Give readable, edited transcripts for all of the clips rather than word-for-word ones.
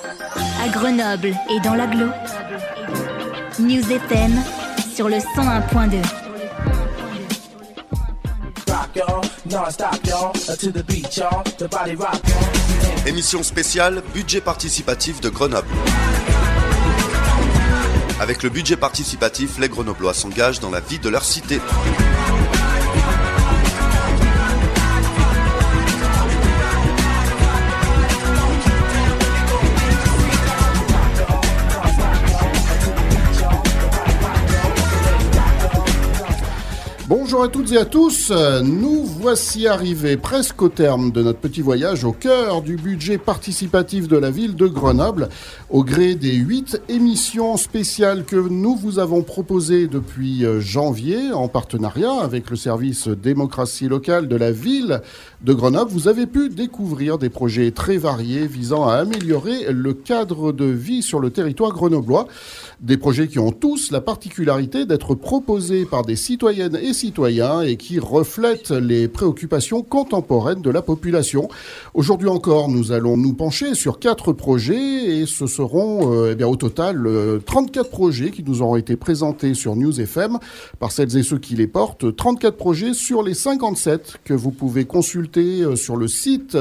À Grenoble et dans l'agglo, News FM sur le 101.2. Émission spéciale budget participatif de Grenoble. Avec le budget participatif, les Grenoblois s'engagent dans la vie de leur cité. Bonjour à toutes et à tous, nous voici arrivés presque au terme de notre petit voyage au cœur du budget participatif de la ville de Grenoble, au gré des 8 émissions spéciales que nous vous avons proposées depuis janvier en partenariat avec le service démocratie locale de la ville de Grenoble. Vous avez pu découvrir des projets très variés visant à améliorer le cadre de vie sur le territoire grenoblois. Des projets qui ont tous la particularité d'être proposés par des citoyennes et citoyens et qui reflètent les préoccupations contemporaines de la population. Aujourd'hui encore, nous allons nous pencher sur 4 projets et ce seront au total 34 projets qui nous auront été présentés sur News FM par celles et ceux qui les portent. 34 projets sur les 57 que vous pouvez consulter sur le site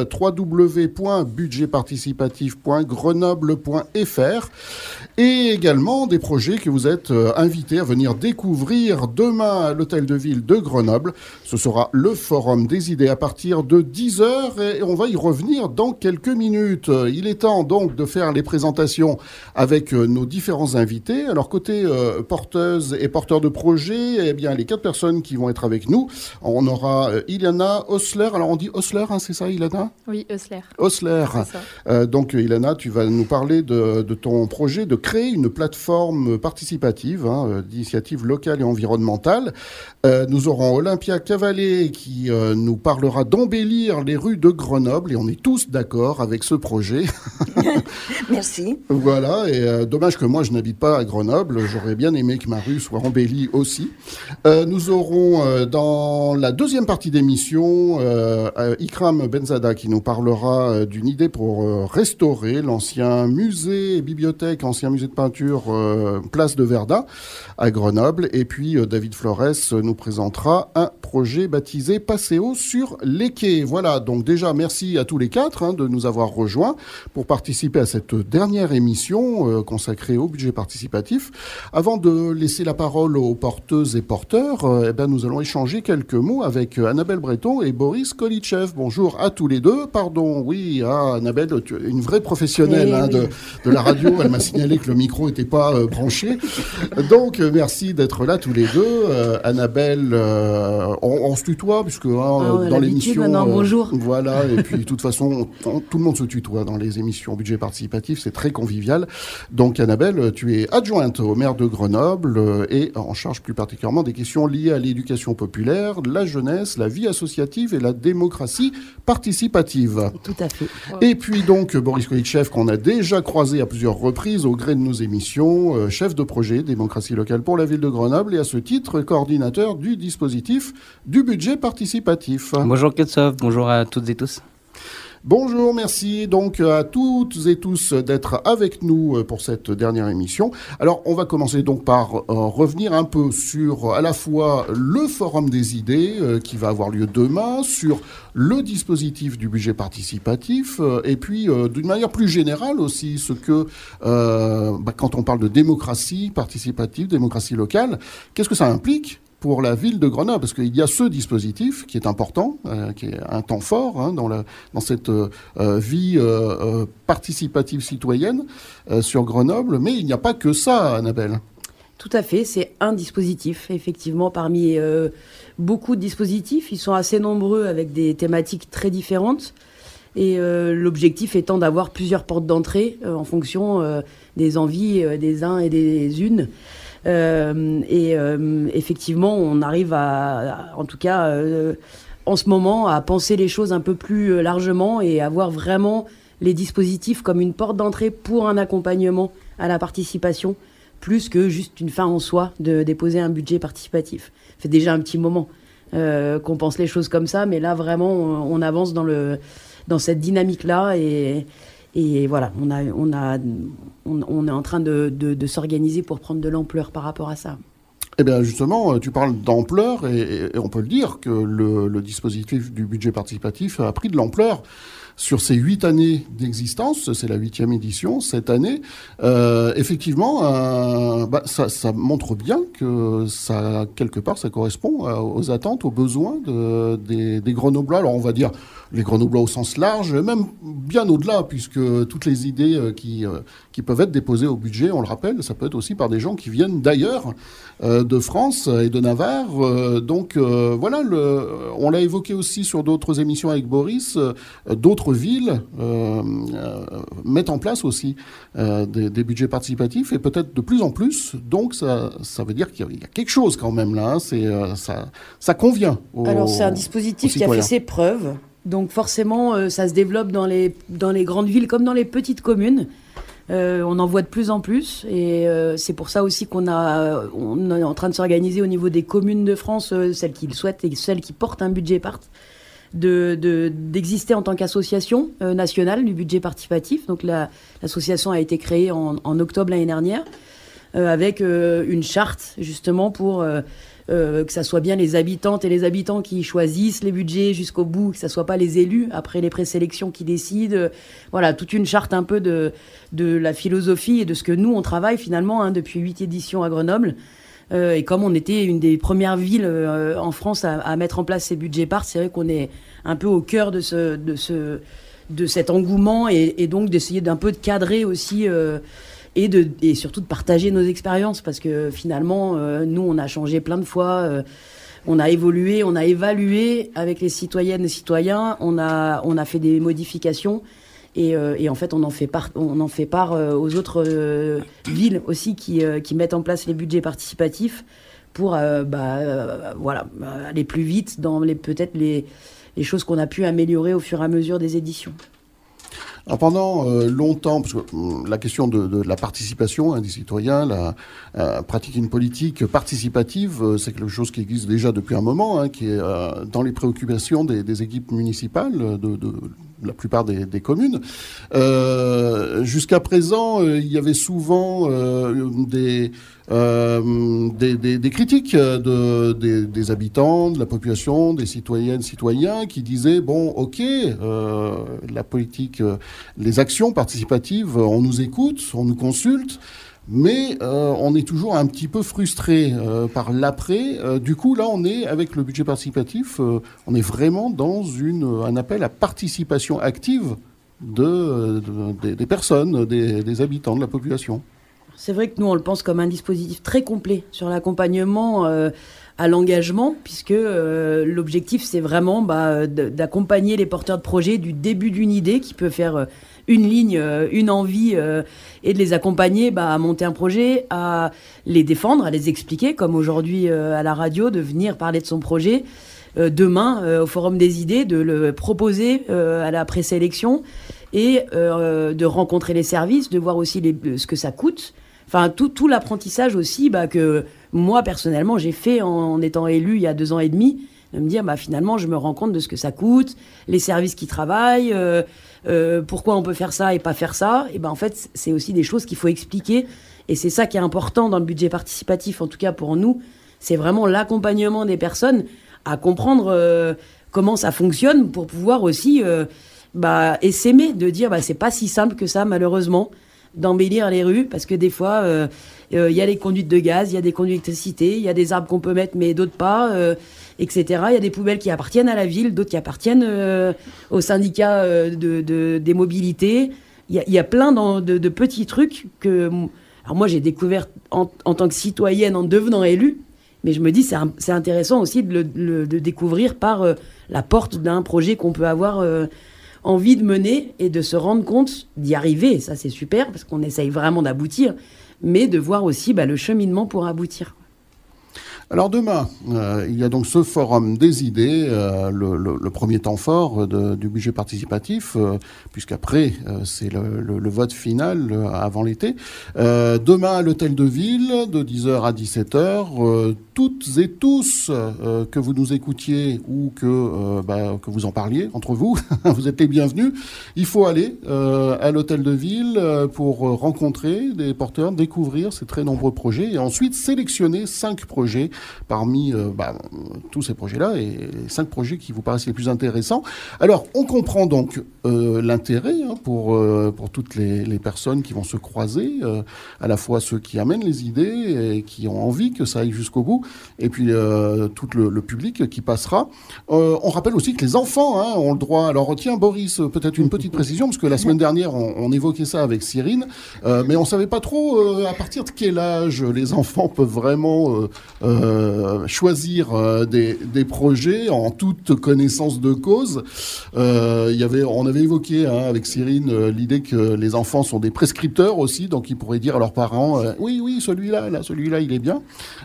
www.budgetparticipatif.grenoble.fr et également des projets que vous êtes invités à venir découvrir demain à l'Hôtel de Ville de Grenoble. Ce sera le Forum des idées à partir de 10h et on va y revenir dans quelques minutes. Il est temps donc de faire les présentations avec nos différents invités. Alors côté porteuses et porteurs de projets, eh bien les 4 personnes qui vont être avec nous, on aura Ilana Osler. Alors on dit Osler, hein, c'est ça Ilana ? Oui, Osler. Osler. Donc Ilana, tu vas nous parler de ton projet de créer une plateforme participative, d'initiative locale et environnementale. Nous aurons Olympia Cavalet qui nous parlera d'embellir les rues de Grenoble et on est tous d'accord avec ce projet. Merci. Voilà, et dommage que moi je n'habite pas à Grenoble, j'aurais bien aimé que ma rue soit embellie aussi. Nous aurons dans la deuxième partie d'émission Ikram Benzada qui nous parlera d'une idée pour restaurer l'ancien musée et bibliothèque, ancien musée de peinture place de Verdun à Grenoble. Et puis David Flores nous présentera un projet baptisé Passéo sur les quais. Voilà, donc déjà merci à tous les 4 de nous avoir rejoints pour participer à cette dernière émission consacrée au budget participatif. Avant de laisser la parole aux porteuses et porteurs, nous allons échanger quelques mots avec Annabelle Breton et Boris Kolitchev. Bonjour à tous les deux. Pardon, oui, Annabelle, tu es une vraie professionnelle de la radio. Elle m'a signalé que le micro n'était pas branché. Donc, merci d'être là tous les deux. Annabelle, on se tutoie, puisque dans l'émission... bonjour. Voilà, et puis de toute façon, tout le monde se tutoie dans les émissions budget participatif, c'est très convivial. Donc, Annabelle, tu es adjointe au maire de Grenoble et en charge plus particulièrement des questions liées à l'éducation populaire, la jeunesse, la vie associative et la démocratie participative. Tout à fait. Et puis donc, Boris Kolitchev, qu'on a déjà croisé à plusieurs reprises au gré de nos émissions, chef de projet démocratie locale pour la ville de Grenoble et à ce titre, coordinateur du dispositif du budget participatif. Bonjour Ketsov, bonjour à toutes et tous. Bonjour, merci donc à toutes et tous d'être avec nous pour cette dernière émission. Alors, on va commencer donc par revenir un peu sur à la fois le Forum des idées qui va avoir lieu demain, sur le dispositif du budget participatif et puis d'une manière plus générale aussi ce que, quand on parle de démocratie participative, démocratie locale, qu'est-ce que ça implique pour la ville de Grenoble, parce qu'il y a ce dispositif qui est important, qui est un temps fort dans cette vie participative citoyenne sur Grenoble, mais il n'y a pas que ça, Annabelle. Tout à fait, c'est un dispositif, effectivement, parmi beaucoup de dispositifs. Ils sont assez nombreux avec des thématiques très différentes. Et l'objectif étant d'avoir plusieurs portes d'entrée en fonction des envies des uns et des unes. Effectivement, on arrive en tout cas, en ce moment, à penser les choses un peu plus largement et à voir vraiment les dispositifs comme une porte d'entrée pour un accompagnement à la participation, plus que juste une fin en soi de déposer un budget participatif. Ça fait déjà un petit moment qu'on pense les choses comme ça, mais là, vraiment, on avance dans cette dynamique-là et Et voilà, on est en train de s'organiser pour prendre de l'ampleur par rapport à ça. Eh bien justement, tu parles d'ampleur et on peut le dire que le dispositif du budget participatif a pris de l'ampleur sur ces 8 années d'existence. C'est la 8e édition cette année. Effectivement, ça montre bien que ça, quelque part, ça correspond aux attentes, aux besoins des Grenoblois. Alors on va dire les Grenoblois au sens large, même bien au-delà, puisque toutes les idées qui peuvent être déposées au budget, on le rappelle, ça peut être aussi par des gens qui viennent d'ailleurs, de France et de Navarre. Voilà, on l'a évoqué aussi sur d'autres émissions avec Boris, d'autres villes mettent en place aussi des budgets participatifs, et peut-être de plus en plus. Donc ça veut dire qu'il y a quelque chose quand même là, ça convient aux Alors c'est un dispositif qui a fait ses preuves. Donc forcément, ça se développe dans les grandes villes comme dans les petites communes. On en voit de plus en plus. Et c'est pour ça aussi on est en train de s'organiser au niveau des communes de France, celles qui le souhaitent et celles qui portent un budget part, d'exister en tant qu'association nationale du budget participatif. Donc l'association a été créée en octobre l'année dernière avec une charte justement pour... que ça soit bien les habitantes et les habitants qui choisissent les budgets jusqu'au bout, que ça soit pas les élus après les présélections qui décident. Voilà, toute une charte un peu de la philosophie et de ce que nous on travaille finalement depuis 8 éditions à Grenoble. Et comme on était une des premières villes en France à mettre en place ces budgets parts, c'est vrai qu'on est un peu au cœur de cet engouement et donc d'essayer d'un peu de cadrer aussi. Et surtout de partager nos expériences, parce que finalement, nous, on a changé plein de fois, on a évolué, on a évalué avec les citoyennes et citoyens, on a fait des modifications, et en fait, on en fait part aux autres villes aussi qui mettent en place les budgets participatifs pour aller plus vite dans peut-être les choses qu'on a pu améliorer au fur et à mesure des éditions. Alors pendant longtemps, parce que la question de la participation des citoyens, pratiquer une politique participative, c'est quelque chose qui existe déjà depuis un moment, qui est dans les préoccupations des équipes municipales de la plupart des communes. Jusqu'à présent, il y avait souvent des critiques des habitants, de la population, des citoyennes, citoyens, qui disaient bon, ok, la politique, les actions participatives, on nous écoute, on nous consulte, mais on est toujours un petit peu frustré par l'après. Du coup, là, on est avec le budget participatif, on est vraiment dans un appel à participation active des personnes, des habitants, de la population. C'est vrai que nous, on le pense comme un dispositif très complet sur l'accompagnement à l'engagement, puisque l'objectif, c'est vraiment d'accompagner les porteurs de projets du début d'une idée qui peut faire une ligne, une envie, et de les accompagner à monter un projet, à les défendre, à les expliquer, comme aujourd'hui à la radio, de venir parler de son projet. Demain, au Forum des idées, de le proposer à la présélection et de rencontrer les services, de voir aussi ce que ça coûte. Enfin, tout l'apprentissage aussi que moi, personnellement, j'ai fait en étant élu il y a 2 ans et demi, de me dire, finalement, je me rends compte de ce que ça coûte, les services qui travaillent, pourquoi on peut faire ça et pas faire ça. Et en fait, c'est aussi des choses qu'il faut expliquer. Et c'est ça qui est important dans le budget participatif, en tout cas pour nous. C'est vraiment l'accompagnement des personnes à comprendre comment ça fonctionne pour pouvoir aussi essaimer de dire c'est pas si simple que ça, malheureusement, d'embellir les rues, parce que des fois y a les conduites de gaz, il y a des conduites d'électricité, il y a des arbres qu'on peut mettre mais d'autres pas, etc. Il y a des poubelles qui appartiennent à la ville, d'autres qui appartiennent au syndicat des mobilités. Il y a plein de petits trucs que alors moi j'ai découvert en tant que citoyenne en devenant élue, mais je me dis c'est intéressant aussi de découvrir par la porte d'un projet qu'on peut avoir envie de mener et de se rendre compte d'y arriver. Ça, c'est super, parce qu'on essaye vraiment d'aboutir, mais de voir aussi le cheminement pour aboutir. Alors demain, il y a donc ce forum des idées, le premier temps fort du budget participatif, puisqu'après, c'est le vote final avant l'été. Demain, à l'hôtel de ville, de 10h à 17h, toutes et tous, que vous nous écoutiez ou que vous en parliez entre vous, vous êtes les bienvenus. Il faut aller à l'hôtel de ville pour rencontrer des porteurs, découvrir ces très nombreux projets et ensuite sélectionner 5 projets parmi tous ces projets-là et les 5 projets qui vous paraissent les plus intéressants. Alors, on comprend donc l'intérêt pour toutes les personnes qui vont se croiser, à la fois ceux qui amènent les idées et qui ont envie que ça aille jusqu'au bout, et puis tout le public qui passera. On rappelle aussi que les enfants ont le droit. Alors tiens, Boris, peut-être une petite précision, parce que la semaine dernière, on évoquait ça avec Cyrine, mais on savait pas trop à partir de quel âge les enfants peuvent vraiment choisir des projets en toute connaissance de cause. On avait évoqué avec Cyrine l'idée que les enfants sont des prescripteurs aussi, donc ils pourraient dire à leurs parents oui, celui-là, il est bien.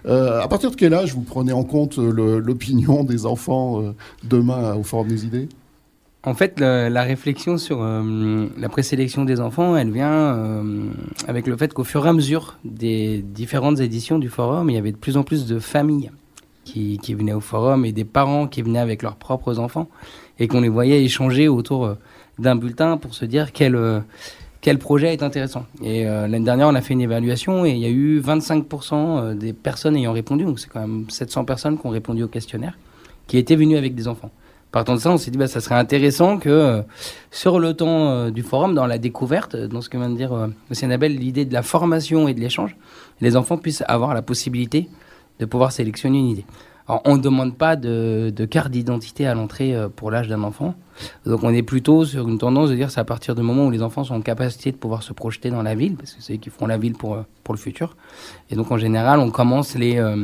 À partir de quel âge vous prenez en compte l'opinion des enfants demain au Forum des idées ? En fait, la réflexion sur la présélection des enfants, elle vient avec le fait qu'au fur et à mesure des différentes éditions du Forum, il y avait de plus en plus de familles qui venaient au Forum et des parents qui venaient avec leurs propres enfants et qu'on les voyait échanger autour d'un bulletin pour se dire quel projet est intéressant. Et l'année dernière, on a fait une évaluation et il y a eu 25% des personnes ayant répondu, donc c'est quand même 700 personnes qui ont répondu au questionnaire, qui étaient venues avec des enfants. Partant de ça, on s'est dit ça serait intéressant que sur le temps du forum, dans la découverte, dans ce que vient de dire aussi Annabelle, l'idée de la formation et de l'échange, les enfants puissent avoir la possibilité de pouvoir sélectionner une idée. Alors, on ne demande pas de carte d'identité à l'entrée pour l'âge d'un enfant. Donc, on est plutôt sur une tendance de dire c'est à partir du moment où les enfants sont en capacité de pouvoir se projeter dans la ville, parce que c'est eux qui feront la ville pour le futur. Et donc, en général, on commence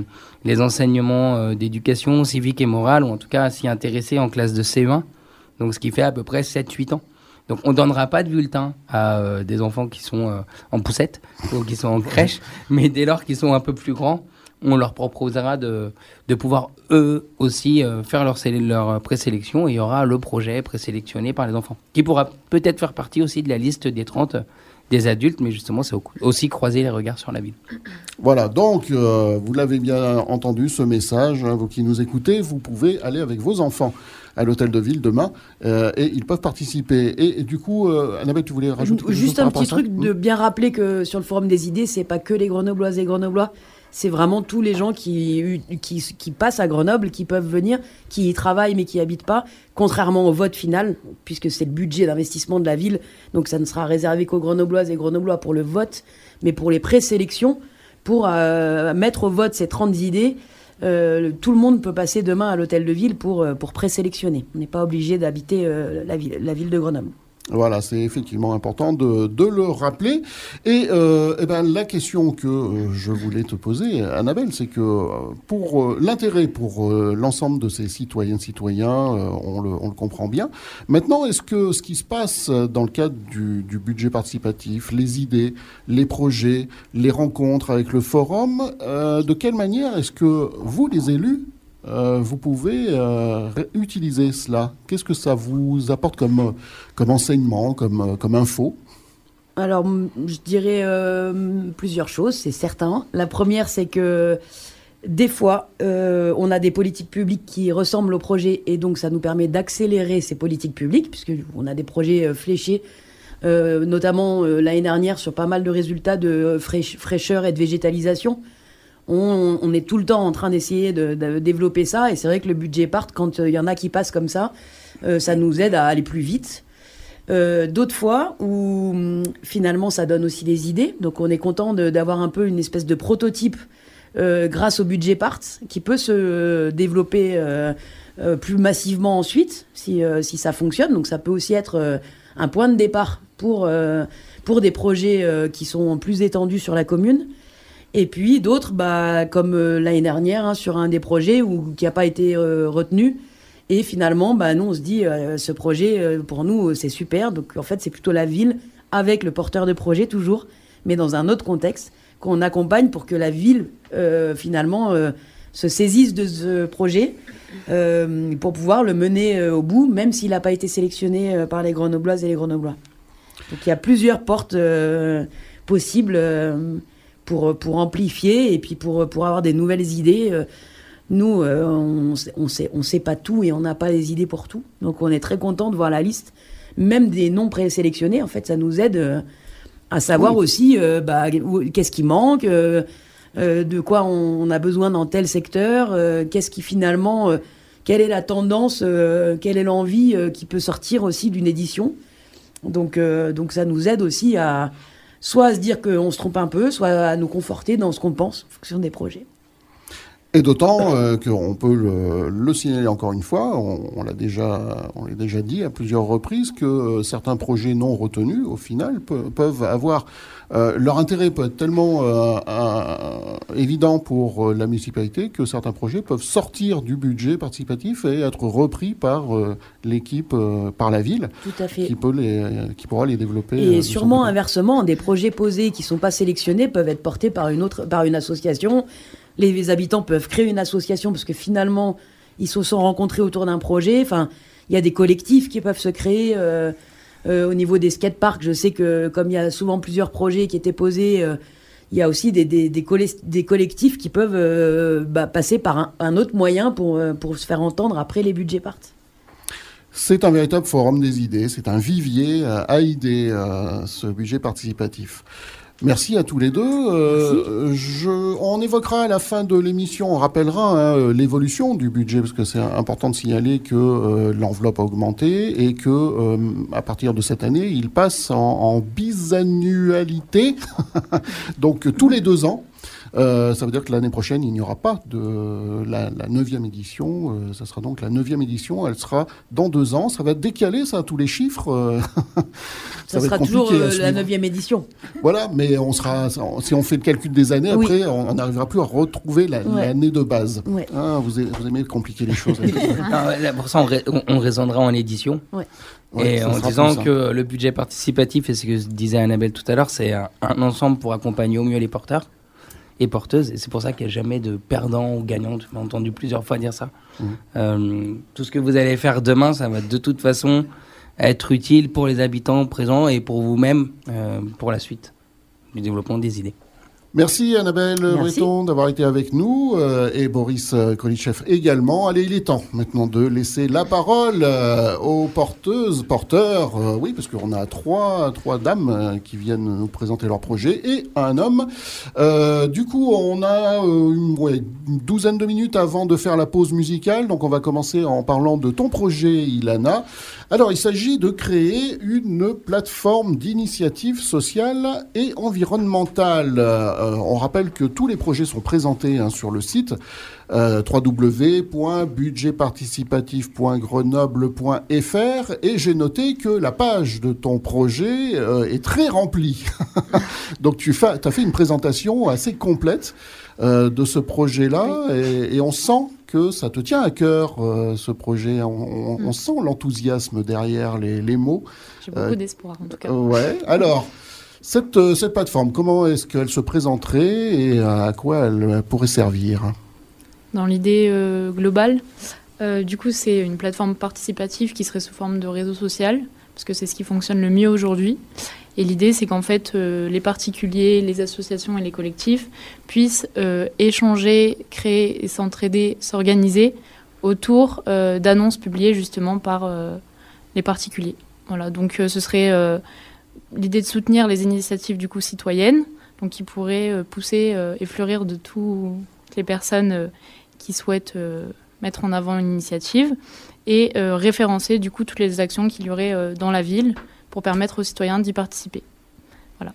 les enseignements d'éducation civique et morale, ou en tout cas à s'y intéresser en classe de CE1, donc ce qui fait à peu près 7-8 ans. Donc, on ne donnera pas de bulletin à des enfants qui sont en poussette ou qui sont en crèche, mais dès lors qu'ils sont un peu plus grands, on leur proposera de pouvoir, eux aussi, faire leur présélection et il y aura le projet présélectionné par les enfants, qui pourra peut-être faire partie aussi de la liste des 30 des adultes, mais justement, c'est aussi croiser les regards sur la ville. Voilà, donc, vous l'avez bien entendu, ce message, vous qui nous écoutez, vous pouvez aller avec vos enfants à l'hôtel de ville demain et ils peuvent participer. Et du coup, Annabelle, tu voulais rajouter quelque chose juste un petit truc de bien rappeler que sur le Forum des idées, c'est pas que les Grenobloises et Grenoblois, c'est vraiment tous les gens qui passent à Grenoble, qui peuvent venir, qui y travaillent mais qui n'y habitent pas, contrairement au vote final, puisque c'est le budget d'investissement de la ville, donc ça ne sera réservé qu'aux Grenobloises et Grenoblois pour le vote, mais pour les présélections, pour mettre au vote ces 30 idées, tout le monde peut passer demain à l'hôtel de ville pour présélectionner. On n'est pas obligé d'habiter la ville de Grenoble. Voilà, c'est effectivement important de le rappeler. Et la question que je voulais te poser, Annabelle, c'est que pour l'intérêt pour l'ensemble de ces citoyennes, citoyens, on le comprend bien. Maintenant, est-ce que ce qui se passe dans le cadre du budget participatif, les idées, les projets, les rencontres avec le forum, de quelle manière est-ce que vous, les élus, vous pouvez utiliser cela? Qu'est-ce que ça vous apporte comme enseignement, comme info? Alors, je dirais plusieurs choses, c'est certain. La première, c'est que des fois, on a des politiques publiques qui ressemblent au projet et donc ça nous permet d'accélérer ces politiques publiques, puisqu'on a des projets fléchés, notamment l'année dernière sur pas mal de résultats de fraîcheur et de végétalisation. On est tout le temps en train d'essayer de développer ça. Et c'est vrai que le budget part, quand il y en a qui passent comme ça, ça nous aide à aller plus vite. D'autres fois, où finalement, ça donne aussi des idées. Donc, on est content d'avoir un peu une espèce de prototype grâce au budget part, qui peut se développer plus massivement ensuite, si ça fonctionne. Donc, ça peut aussi être un point de départ pour des projets qui sont plus étendus sur la commune. Et puis d'autres, comme l'année dernière, sur un des projets qui n'a pas été retenu. Et finalement, nous, on se dit, ce projet, pour nous, c'est super. Donc, en fait, c'est plutôt la ville, avec le porteur de projet, toujours, mais dans un autre contexte, qu'on accompagne pour que la ville, finalement, se saisisse de ce projet pour pouvoir le mener au bout, même s'il n'a pas été sélectionné par les Grenobloises et les Grenoblois. Donc, il y a plusieurs portes possibles pour amplifier et puis pour avoir des nouvelles idées. Nous, on sait pas tout et on n'a pas les idées pour tout. Donc on est très content de voir la liste, même des noms présélectionnés. En fait, ça nous aide à savoir aussi qu'est-ce qui manque, de quoi on a besoin dans tel secteur, qu'est-ce qui finalement, quelle est la tendance, quelle est l'envie qui peut sortir aussi d'une édition. Donc ça nous aide aussi soit à se dire qu'on se trompe un peu, soit à nous conforter dans ce qu'on pense en fonction des projets. Et d'autant qu'on peut le signaler encore une fois, on l'a déjà dit à plusieurs reprises, que certains projets non retenus, au final, peuvent avoir... leur intérêt peut être tellement évident pour la municipalité que certains projets peuvent sortir du budget participatif et être repris par l'équipe, par la ville. Tout à fait. Qui pourra les développer. Et sûrement, inversement, des projets posés qui ne sont pas sélectionnés peuvent être portés par une association. Les habitants peuvent créer une association parce que finalement, ils se sont rencontrés autour d'un projet. Enfin, il y a des collectifs qui peuvent se créer au niveau des skateparks. Je sais que comme il y a souvent plusieurs projets qui étaient posés, il y a aussi des collectifs qui peuvent passer par un autre moyen pour se faire entendre après les budgets partent. C'est un véritable forum des idées, c'est un vivier à idées, ce budget participatif. Merci à tous les deux. On évoquera à la fin de l'émission, on rappellera l'évolution du budget, parce que c'est important de signaler que l'enveloppe a augmenté et que à partir de cette année, il passe en bisannualité, donc tous les 2 ans. Ça veut dire que l'année prochaine, il n'y aura pas de la 9e édition. Ça sera donc la 9e édition. Elle sera dans 2 ans. Ça va être décalé, ça, tous les chiffres. Ça sera toujours la 9e édition. Voilà, mais si on fait le calcul des années, après, on n'arrivera plus à retrouver l'année de base. Ouais. Hein, vous aimez compliquer les choses. Pour ça, on raisonnera en édition. Ouais. Et en disant que le budget participatif, et ce que disait Annabelle tout à l'heure, c'est un ensemble pour accompagner au mieux les porteurs et porteuses, et c'est pour ça qu'il n'y a jamais de perdant ou gagnant. Tu m'as entendu plusieurs fois dire ça. Tout ce que vous allez faire demain, ça va de toute façon être utile pour les habitants présents et pour vous-même pour la suite du développement des idées. Merci Annabelle Breton d'avoir été avec nous et Boris Krolitchev également. Allez, il est temps maintenant de laisser la parole aux porteurs, oui, parce qu'on a trois dames qui viennent nous présenter leur projet et un homme. Du coup, on a une douzaine de minutes avant de faire la pause musicale, donc on va commencer en parlant de ton projet, Ilana. Alors, il s'agit de créer une plateforme d'initiative sociale et environnementale. On rappelle que tous les projets sont présentés sur le site www.budgetparticipatif.grenoble.fr et j'ai noté que la page de ton projet est très remplie. Donc tu as fait une présentation assez complète de ce projet-là et on sent que ça te tient à cœur, ce projet. On sent l'enthousiasme derrière les mots. J'ai beaucoup d'espoir, en tout cas. Ouais. Alors, cette plateforme, comment est-ce qu'elle se présenterait et à quoi elle pourrait servir ? Dans l'idée globale, du coup, c'est une plateforme participative qui serait sous forme de réseau social, parce que c'est ce qui fonctionne le mieux aujourd'hui. Et l'idée, c'est qu'en fait, les particuliers, les associations et les collectifs puissent échanger, créer et s'entraider, s'organiser autour d'annonces publiées justement par les particuliers. Voilà, donc ce serait l'idée de soutenir les initiatives du coup citoyennes, donc qui pourraient pousser et fleurir de toutes les personnes qui souhaitent mettre en avant une initiative et référencer du coup toutes les actions qu'il y aurait dans la ville pour permettre aux citoyens d'y participer. Voilà.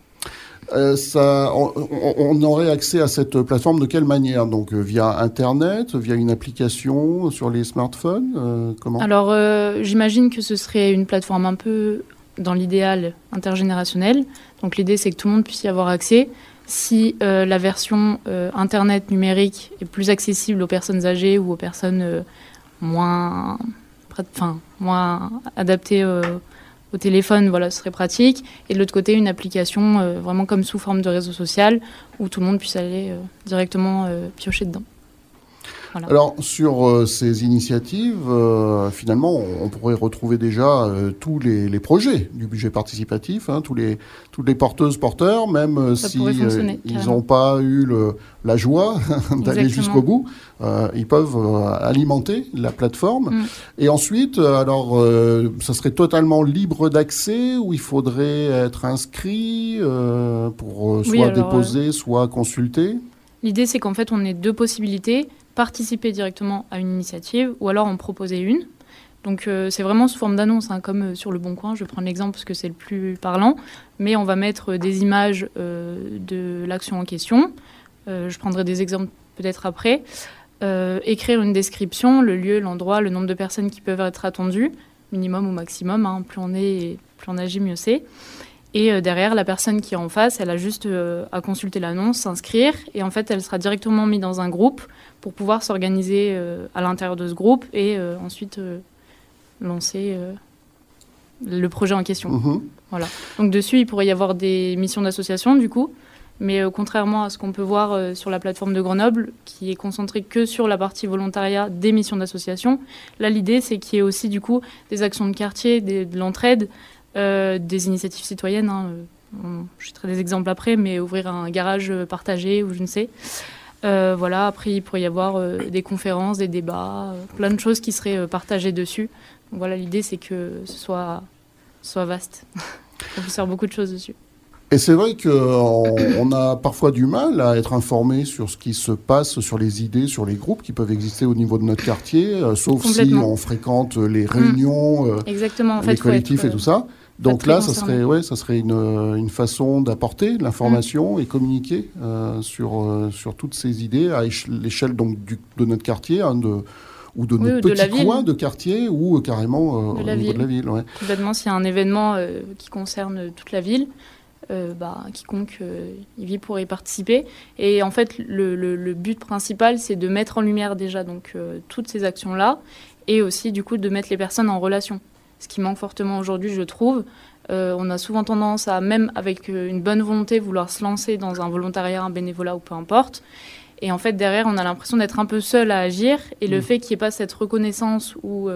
On aurait accès à cette plateforme de quelle manière ? Donc via Internet, via une application sur les smartphones comment ? Alors j'imagine que ce serait une plateforme un peu, dans l'idéal, intergénérationnelle. Donc l'idée, c'est que tout le monde puisse y avoir accès. Si la version Internet numérique est plus accessible aux personnes âgées ou aux personnes moins adaptées au téléphone, voilà, ce serait pratique. Et de l'autre côté, une application vraiment comme sous forme de réseau social où tout le monde puisse aller directement piocher dedans. Voilà. Alors, sur ces initiatives, finalement, on pourrait retrouver déjà tous les projets du budget participatif, hein, toutes les porteuses, porteurs, même Ça si pourrait fonctionner, ils carrément. n'ont pas eu la joie d'aller Exactement. jusqu'au bout, ils peuvent alimenter la plateforme. Et ensuite, alors, ça serait totalement libre d'accès ou il faudrait être inscrit pour soit alors, déposer, soit consulter? L'idée, c'est qu'en fait, on ait deux possibilités, participer directement à une initiative ou alors en proposer une. Donc, c'est vraiment sous forme d'annonce, hein, comme sur Le Bon Coin. Je vais prendre l'exemple parce que c'est le plus parlant. Mais on va mettre des images de l'action en question. Je prendrai des exemples peut-être après. Écrire une description, le lieu, l'endroit, le nombre de personnes qui peuvent être attendues, minimum ou maximum. Hein, plus on agit, mieux c'est. Et derrière, la personne qui est en face, elle a juste à consulter l'annonce, s'inscrire. Et en fait, elle sera directement mise dans un groupe pour pouvoir s'organiser à l'intérieur de ce groupe et ensuite lancer le projet en question. Voilà. Donc dessus, il pourrait y avoir des missions d'association, du coup. Mais contrairement à ce qu'on peut voir sur la plateforme de Grenoble, qui est concentrée que sur la partie volontariat des missions d'association, là, l'idée, c'est qu'il y ait aussi, du coup, des actions de quartier, de l'entraide, des initiatives citoyennes. Hein, je citerai des exemples après, mais ouvrir un garage partagé ou je ne sais. Voilà, après, il pourrait y avoir des conférences, des débats, plein de choses qui seraient partagées dessus. Donc voilà, l'idée, c'est que ce soit vaste. On peut faire beaucoup de choses dessus. Et c'est vrai qu'on a parfois du mal à être informé sur ce qui se passe, sur les idées, sur les groupes qui peuvent exister au niveau de notre quartier, sauf si on fréquente les réunions, Exactement. En fait, les collectifs et tout ça. Donc là, ça serait une façon d'apporter de l'information et communiquer sur toutes ces idées à l'échelle donc de notre quartier, hein, ou de notre petit coin de quartier, ou carrément au niveau de la ville. Ouais. Complètement, s'il y a un événement qui concerne toute la ville, quiconque y vit pourrait y participer. Et en fait, le but principal, c'est de mettre en lumière déjà donc, toutes ces actions-là, et aussi du coup de mettre les personnes en relation. Ce qui manque fortement aujourd'hui, je trouve. On a souvent tendance à, même avec une bonne volonté, vouloir se lancer dans un volontariat, un bénévolat ou peu importe. Et en fait, derrière, on a l'impression d'être un peu seul à agir. Et le fait qu'il n'y ait pas cette reconnaissance ou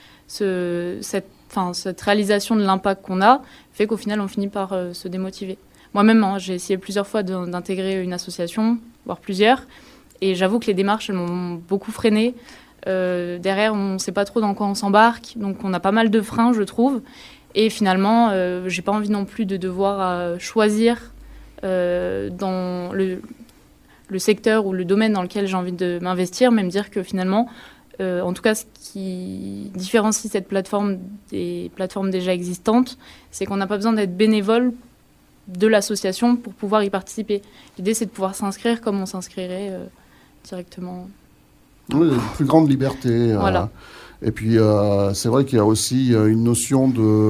cette réalisation de l'impact qu'on a fait qu'au final, on finit par se démotiver. Moi-même, hein, j'ai essayé plusieurs fois d'intégrer une association, voire plusieurs. Et j'avoue que les démarches, elles m'ont beaucoup freinée. Derrière, on ne sait pas trop dans quoi on s'embarque. Donc, on a pas mal de freins, je trouve. Et finalement, j'ai pas envie non plus de devoir choisir dans le secteur ou le domaine dans lequel j'ai envie de m'investir, mais me dire que finalement, en tout cas, ce qui différencie cette plateforme des plateformes déjà existantes, c'est qu'on n'a pas besoin d'être bénévole de l'association pour pouvoir y participer. L'idée, c'est de pouvoir s'inscrire comme on s'inscrirait directement. Oui, une plus grande liberté. Voilà. Et puis, c'est vrai qu'il y a aussi une notion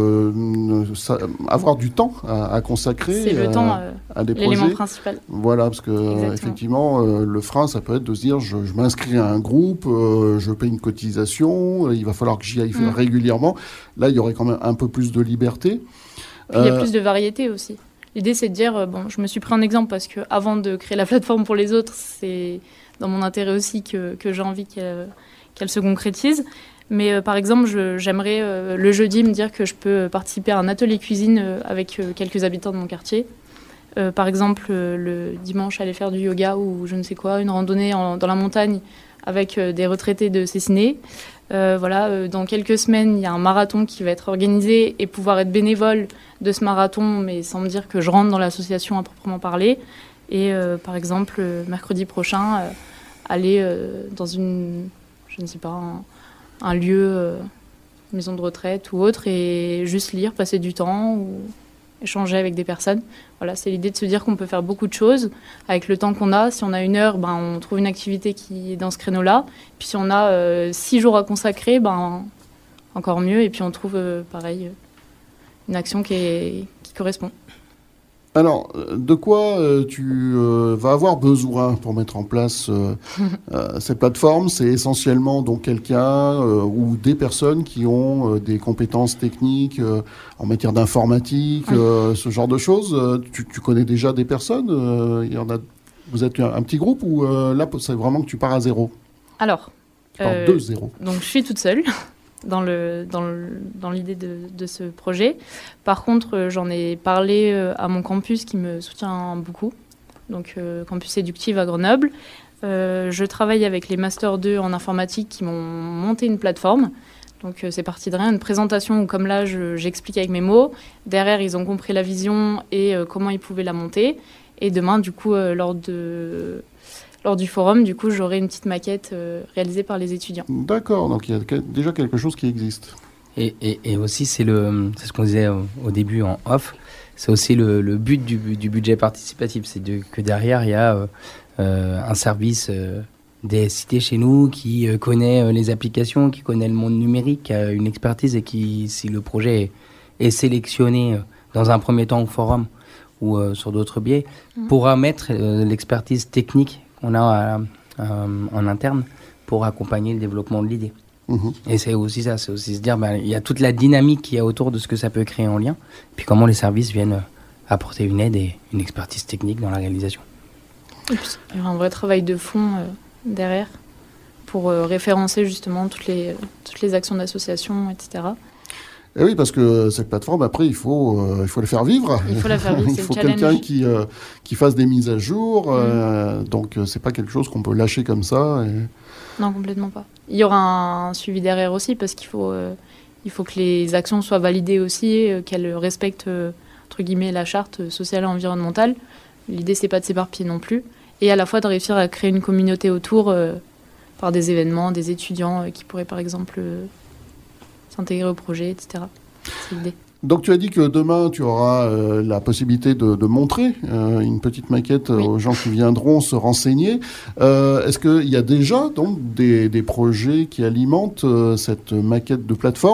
avoir du temps à consacrer c'est le temps, à des l'élément projets. Principal. Voilà, parce que effectivement, le frein, ça peut être de se dire, je m'inscris à un groupe, je paye une cotisation, il va falloir que j'y aille régulièrement. Là, il y aurait quand même un peu plus de liberté. Puis il y a plus de variété aussi. L'idée, c'est de dire, je me suis pris un exemple parce qu'avant de créer la plateforme pour les autres, c'est dans mon intérêt aussi que j'ai envie qu'elle se concrétise. Mais par exemple, j'aimerais le jeudi me dire que je peux participer à un atelier cuisine avec quelques habitants de mon quartier. Par exemple, le dimanche, aller faire du yoga ou je ne sais quoi, une randonnée dans la montagne avec des retraités de Cessiné. Dans quelques semaines, il y a un marathon qui va être organisé et pouvoir être bénévole de ce marathon, mais sans me dire que je rentre dans l'association à proprement parler. Et par exemple, mercredi prochain, aller dans je ne sais pas, un lieu, maison de retraite ou autre, et juste lire, passer du temps ou échanger avec des personnes. Voilà, c'est l'idée de se dire qu'on peut faire beaucoup de choses avec le temps qu'on a. Si on a 1 heure, on trouve une activité qui est dans ce créneau-là. Puis si on a 6 jours à consacrer, encore mieux. Et puis on trouve, pareil, une action qui correspond. Alors, de quoi tu vas avoir besoin pour mettre en place cette plateforme? C'est essentiellement donc quelqu'un ou des personnes qui ont des compétences techniques en matière d'informatique, ce genre de choses. Tu connais déjà des personnes? Il y en a. Vous êtes un petit groupe ou là, c'est vraiment que tu pars à zéro? Alors, 2-0. donc je suis toute seule dans l'idée de ce projet. Par contre, j'en ai parlé à mon campus qui me soutient beaucoup, donc campus éductif à Grenoble. Je travaille avec les Master 2 en informatique qui m'ont monté une plateforme. Donc c'est parti de rien, une présentation où comme là j'explique avec mes mots. Derrière ils ont compris la vision et comment ils pouvaient la monter. Et demain du coup lors du forum, du coup j'aurai une petite maquette réalisée par les étudiants. D'accord, donc il y a déjà quelque chose qui existe. Et aussi c'est ce qu'on disait au début en off, c'est aussi le but du budget participatif, c'est que derrière il y a un service des cités chez nous qui connaît les applications, qui connaît le monde numérique, qui a une expertise et qui, si le projet est sélectionné dans un premier temps au forum ou sur d'autres biais, pourra mettre l'expertise technique qu'on a en interne pour accompagner le développement de l'idée. Et c'est aussi ça, c'est aussi se dire, il y a toute la dynamique qu'il y a autour de ce que ça peut créer en lien, puis comment les services viennent apporter une aide et une expertise technique dans la réalisation. Et puis, il y aura un vrai travail de fond derrière pour référencer justement toutes les actions d'association, etc. Et oui, parce que cette plateforme, après, il faut la faire vivre. Il faut la faire vivre, il faut quelqu'un qui fasse des mises à jour. Donc, c'est pas quelque chose qu'on peut lâcher comme ça. Non, complètement pas. Il y aura un suivi derrière aussi, parce qu'il faut que les actions soient validées aussi, qu'elles respectent, entre guillemets, la charte sociale et environnementale. L'idée, c'est pas de s'éparpiller non plus. Et à la fois de réussir à créer une communauté autour par des événements, des étudiants qui pourraient, par exemple, s'intégrer au projet, etc. C'est l'idée. Donc tu as dit que demain tu auras la possibilité de montrer une petite maquette aux gens qui viendront se renseigner. Est-ce qu'il y a déjà donc des projets qui alimentent cette maquette de plateforme ?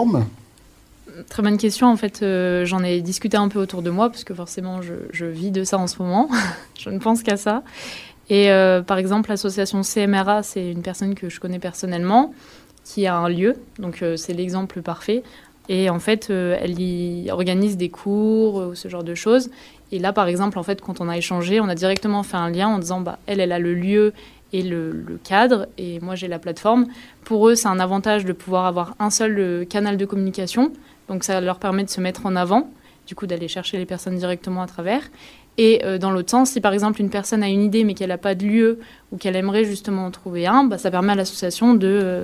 Très bonne question. En fait, j'en ai discuté un peu autour de moi parce que forcément je vis de ça en ce moment. Je ne pense qu'à ça. Et par exemple, l'association CMRA, c'est une personne que je connais personnellement qui a un lieu. Donc c'est l'exemple parfait. Et en fait, elle y organise des cours ou ce genre de choses. Et là, par exemple, en fait, quand on a échangé, on a directement fait un lien en disant elle a le lieu et le cadre, et moi, j'ai la plateforme. Pour eux, c'est un avantage de pouvoir avoir un seul canal de communication. Donc, ça leur permet de se mettre en avant, du coup, d'aller chercher les personnes directement à travers. Et dans l'autre sens, si par exemple, une personne a une idée, mais qu'elle n'a pas de lieu ou qu'elle aimerait justement en trouver un, ça permet à l'association de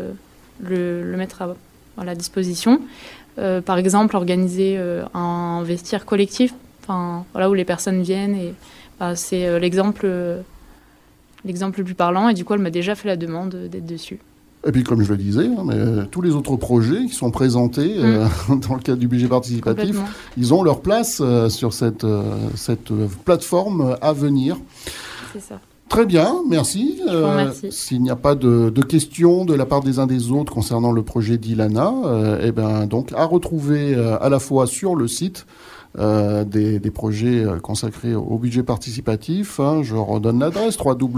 le mettre à la disposition. Par exemple, organiser un vestiaire collectif, où les personnes viennent. Et, c'est l'exemple le plus parlant. Et du coup, elle m'a déjà fait la demande d'être dessus. Et puis, comme je le disais, tous les autres projets qui sont présentés dans le cadre du budget participatif, ils ont leur place sur cette plateforme à venir. C'est ça. Très bien, merci. S'il n'y a pas de questions de la part des uns des autres concernant le projet d'Ilana, donc à retrouver à la fois sur le site des projets consacrés au budget participatif. Je redonne l'adresse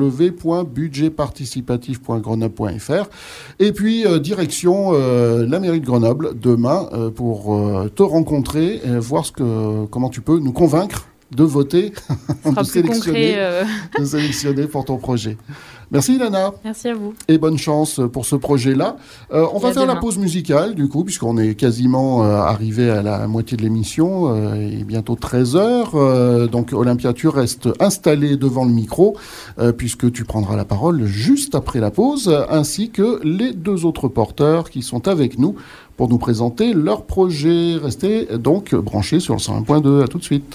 www.budgetparticipatif.grenoble.fr et puis direction la mairie de Grenoble demain pour te rencontrer et voir comment tu peux nous convaincre de voter, de sélectionner pour ton projet. Merci Ilana. Merci à vous. Et bonne chance pour ce projet-là. On va faire la pause musicale du coup, puisqu'on est quasiment arrivé à la moitié de l'émission, et bientôt 13h. Donc Olympia, tu restes installée devant le micro, puisque tu prendras la parole juste après la pause, ainsi que les deux autres porteurs qui sont avec nous pour nous présenter leur projet. Restez donc branchés sur le 101.2. À tout de suite.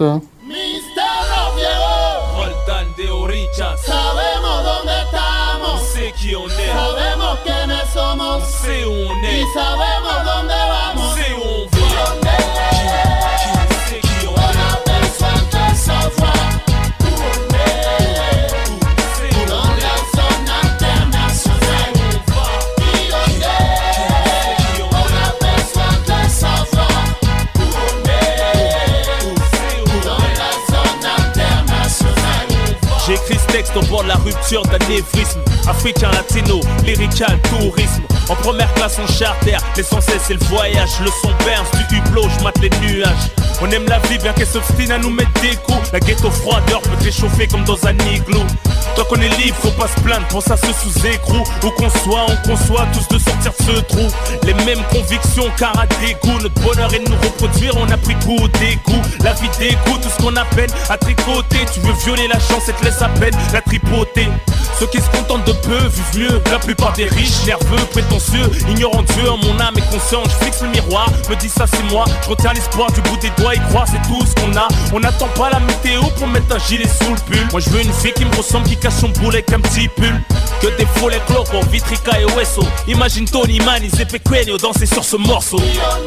Roldán de Orichas. Sabemos dónde estamos. Sé quién on est. Sabemos quiénes somos. Sé où on est. Y sabemos dónde vamos. Sé où on va. Qui sait qui on est. On a besoin de savoir où on est. Dans la zone internationale. Qui on est. On a besoin de savoir où on est. Dans la zone internationale. J'écris ce texte au bord de la rupture d'anévrisme. Africain, latino, lyrical, tourisme. En première classe, en charter, l'essentiel c'est le voyage. Le son berce du hublot, je mate les nuages. On aime la vie bien qu'elle s'obstine à nous mettre des coups. La ghetto froideur peut te réchauffer comme dans un igloo. Tant qu'on est libre, faut pas se plaindre, pense à ceux sous écrou. Où qu'on soit, on conçoit tous de sortir de ce trou. Les mêmes convictions, car à dégoût. Notre bonheur est de nous reproduire, on a pris goût au dégoût. La vie dégoûte, tout ce qu'on a peine à tricoter. Tu veux violer la chance et te laisse à peine la tripoter. Ceux qui se contentent de peu vivent mieux. La plupart des riches, nerveux, prétentieux, ignorant Dieu en mon âme et conscience. Je fixe le miroir, me dis ça c'est moi. Je retiens l'espoir du bout des doigts, y croire c'est tout ce qu'on a. On n'attend pas la météo pour mettre un gilet sous le pull. Moi je veux une fille qui me ressemble, qui cache son boulet avec un petit pull. Que des follets clocos, Vitrica et Hueso. Imagine Tony Man, ils étaient pequeños danser sur ce morceau.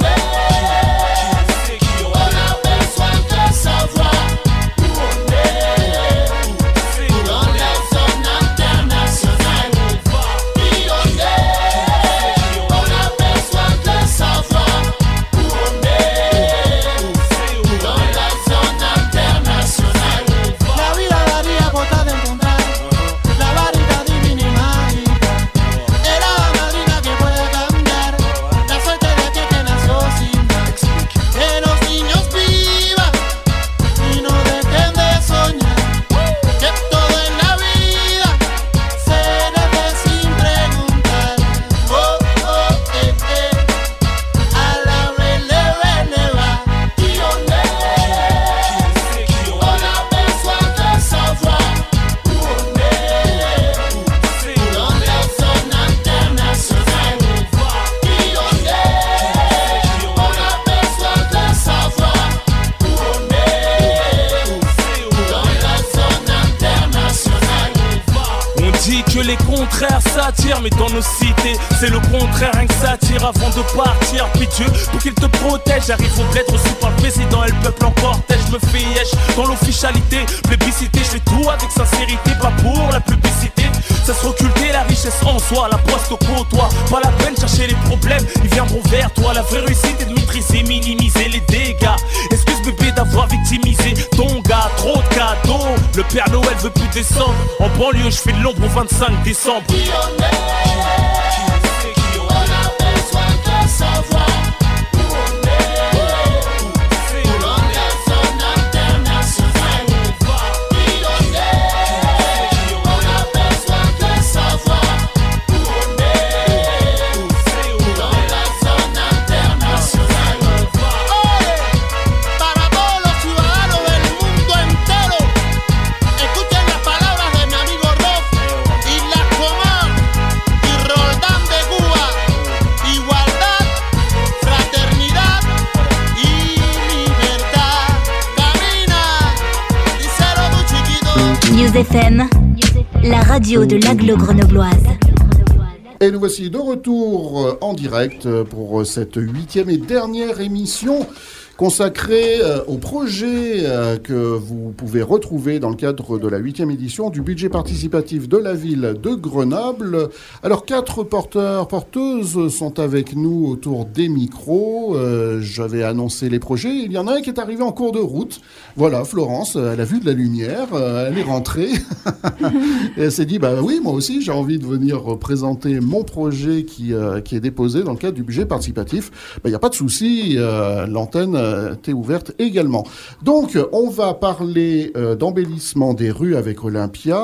Les contraires s'attirent, mais dans nos cités c'est le contraire, rien que ça attire avant de partir. Puis Dieu, pour qu'il te protège, j'arrive au bled reçu par le président et le peuple en cortège. Je me fais yèche dans l'officialité, plébiscité, je fais tout avec sincérité, pas pour la publicité. Ça se occulter la richesse en soi, la poste au comptoir. Pas la peine de chercher les problèmes, ils viendront vers toi. La vraie réussite est de maîtriser, minimiser les dégâts. Excuse bébé d'avoir victimisé ton gars, trop de cadeaux. Le Père Noël veut plus descendre. En banlieue, je fais de l'ombre au 25 décembre. News FM, la radio de l'agglo grenobloise. Et nous voici de retour en direct pour cette 8e et dernière émission consacrée au projet que vous pouvez retrouver dans le cadre de la 8e édition du budget participatif de la ville de Grenoble. Alors 4 porteuses sont avec nous autour des micros. J'avais annoncé les projets. Il y en a un qui est arrivé en cours de route. Voilà, Florence, elle a vu de la lumière, elle est rentrée. Et elle s'est dit, bah oui, moi aussi j'ai envie de venir présenter mon projet qui est déposé dans le cadre du budget participatif. Il n'y a pas de souci, l'antenne t'es ouverte également. Donc, on va parler d'embellissement des rues avec Olympia,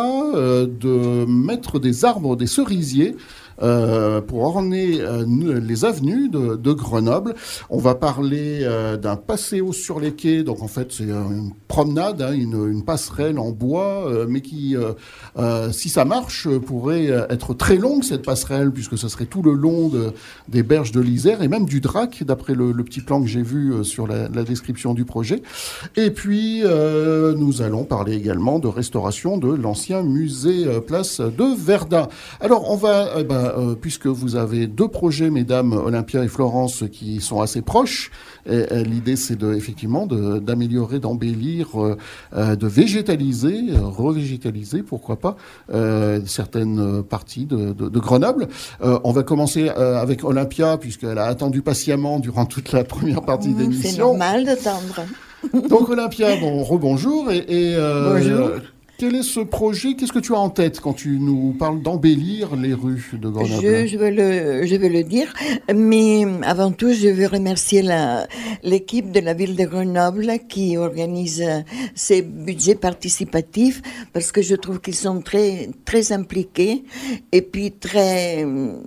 de mettre des arbres, des cerisiers, pour orner les avenues de Grenoble. On va parler d'un passéo sur les quais. Donc en fait c'est une promenade, une passerelle en bois, mais qui, si ça marche, pourrait être très longue cette passerelle, puisque ce serait tout le long des berges de l'Isère et même du Drac, d'après le petit plan que j'ai vu sur la description du projet. Et puis nous allons parler également de restauration de l'ancien musée place de Verdun. Alors on va puisque vous avez 2 projets, mesdames Olympia et Florence, qui sont assez proches, et l'idée c'est effectivement d'améliorer, d'embellir, de végétaliser, revégétaliser, pourquoi pas, certaines parties de Grenoble. On va commencer avec Olympia, puisqu'elle a attendu patiemment durant toute la première partie d'émission. C'est normal d'attendre. Donc Olympia, rebonjour. Bonjour. quel est ce projet? Qu'est-ce que tu as en tête quand tu nous parles d'embellir les rues de Grenoble? Je vais le dire, mais avant tout, je veux remercier l'équipe de la ville de Grenoble qui organise ces budgets participatifs parce que je trouve qu'ils sont très, très impliqués et puis très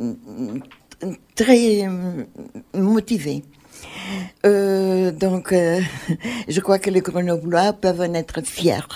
motivés. Donc, je crois que les Grenoblois peuvent en être fiers.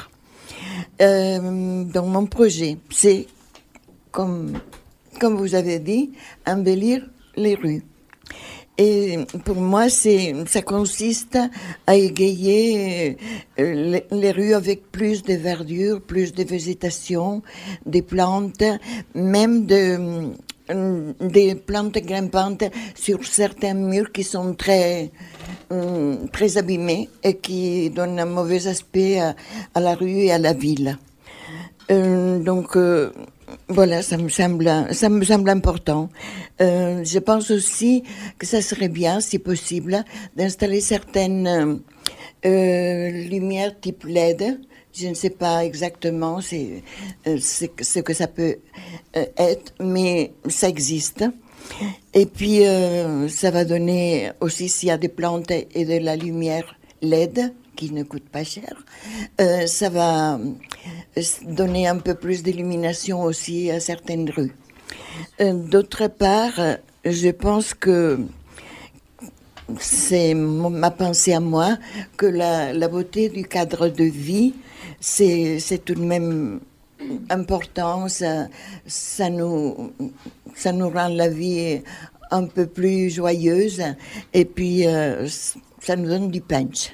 Donc, mon projet, c'est, comme vous avez dit, embellir les rues. Et pour moi, ça consiste à égayer les rues avec plus de verdure, plus de végétation, des plantes, même des plantes grimpantes sur certains murs qui sont très abîmés et qui donnent un mauvais aspect à la rue et à la ville. Donc voilà, ça me semble important. Je pense aussi que ça serait bien, si possible, d'installer certaines lumières type LED. Je ne sais pas exactement ce que ça peut être, mais ça existe. Et puis, ça va donner aussi, s'il y a des plantes et de la lumière LED, qui ne coûte pas cher, ça va donner un peu plus d'illumination aussi à certaines rues. D'autre part, je pense que c'est ma pensée à moi, que la beauté du cadre de vie, c'est tout de même important, ça nous rend la vie un peu plus joyeuse et puis ça nous donne du punch.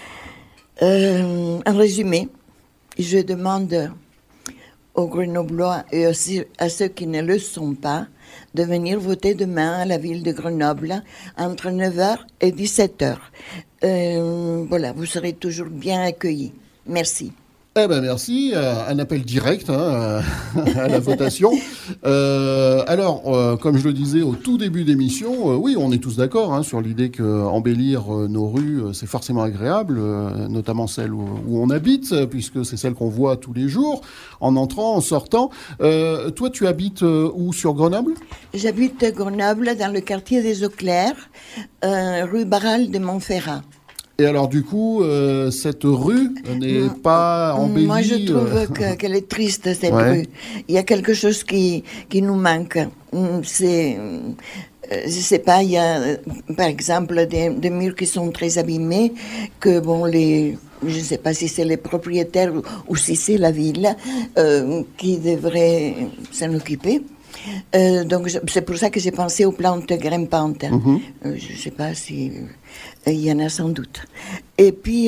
En résumé, je demande aux Grenoblois et aussi à ceux qui ne le sont pas de venir voter demain à la ville de Grenoble entre 9h et 17h. Voilà, vous serez toujours bien accueillis. Merci. Eh ben merci, un appel direct à la votation. Alors, comme je le disais au tout début d'émission, oui, on est tous d'accord sur l'idée que embellir nos rues, c'est forcément agréable, notamment celles où on habite, puisque c'est celles qu'on voit tous les jours, en entrant, en sortant. Toi, tu habites où sur Grenoble? J'habite Grenoble, dans le quartier des Eaux Claires, rue Barral de Montferrat. Et alors, du coup, cette rue n'est pas embellie. Moi, je trouve qu'elle est triste, cette rue. Il y a quelque chose qui nous manque. Je sais pas, il y a, par exemple, des murs qui sont très abîmés, que bon, je ne sais pas si c'est les propriétaires ou si c'est la ville qui devrait s'en occuper. Donc, c'est pour ça que j'ai pensé aux plantes grimpantes. Je ne sais pas si... il y en a sans doute. Et puis,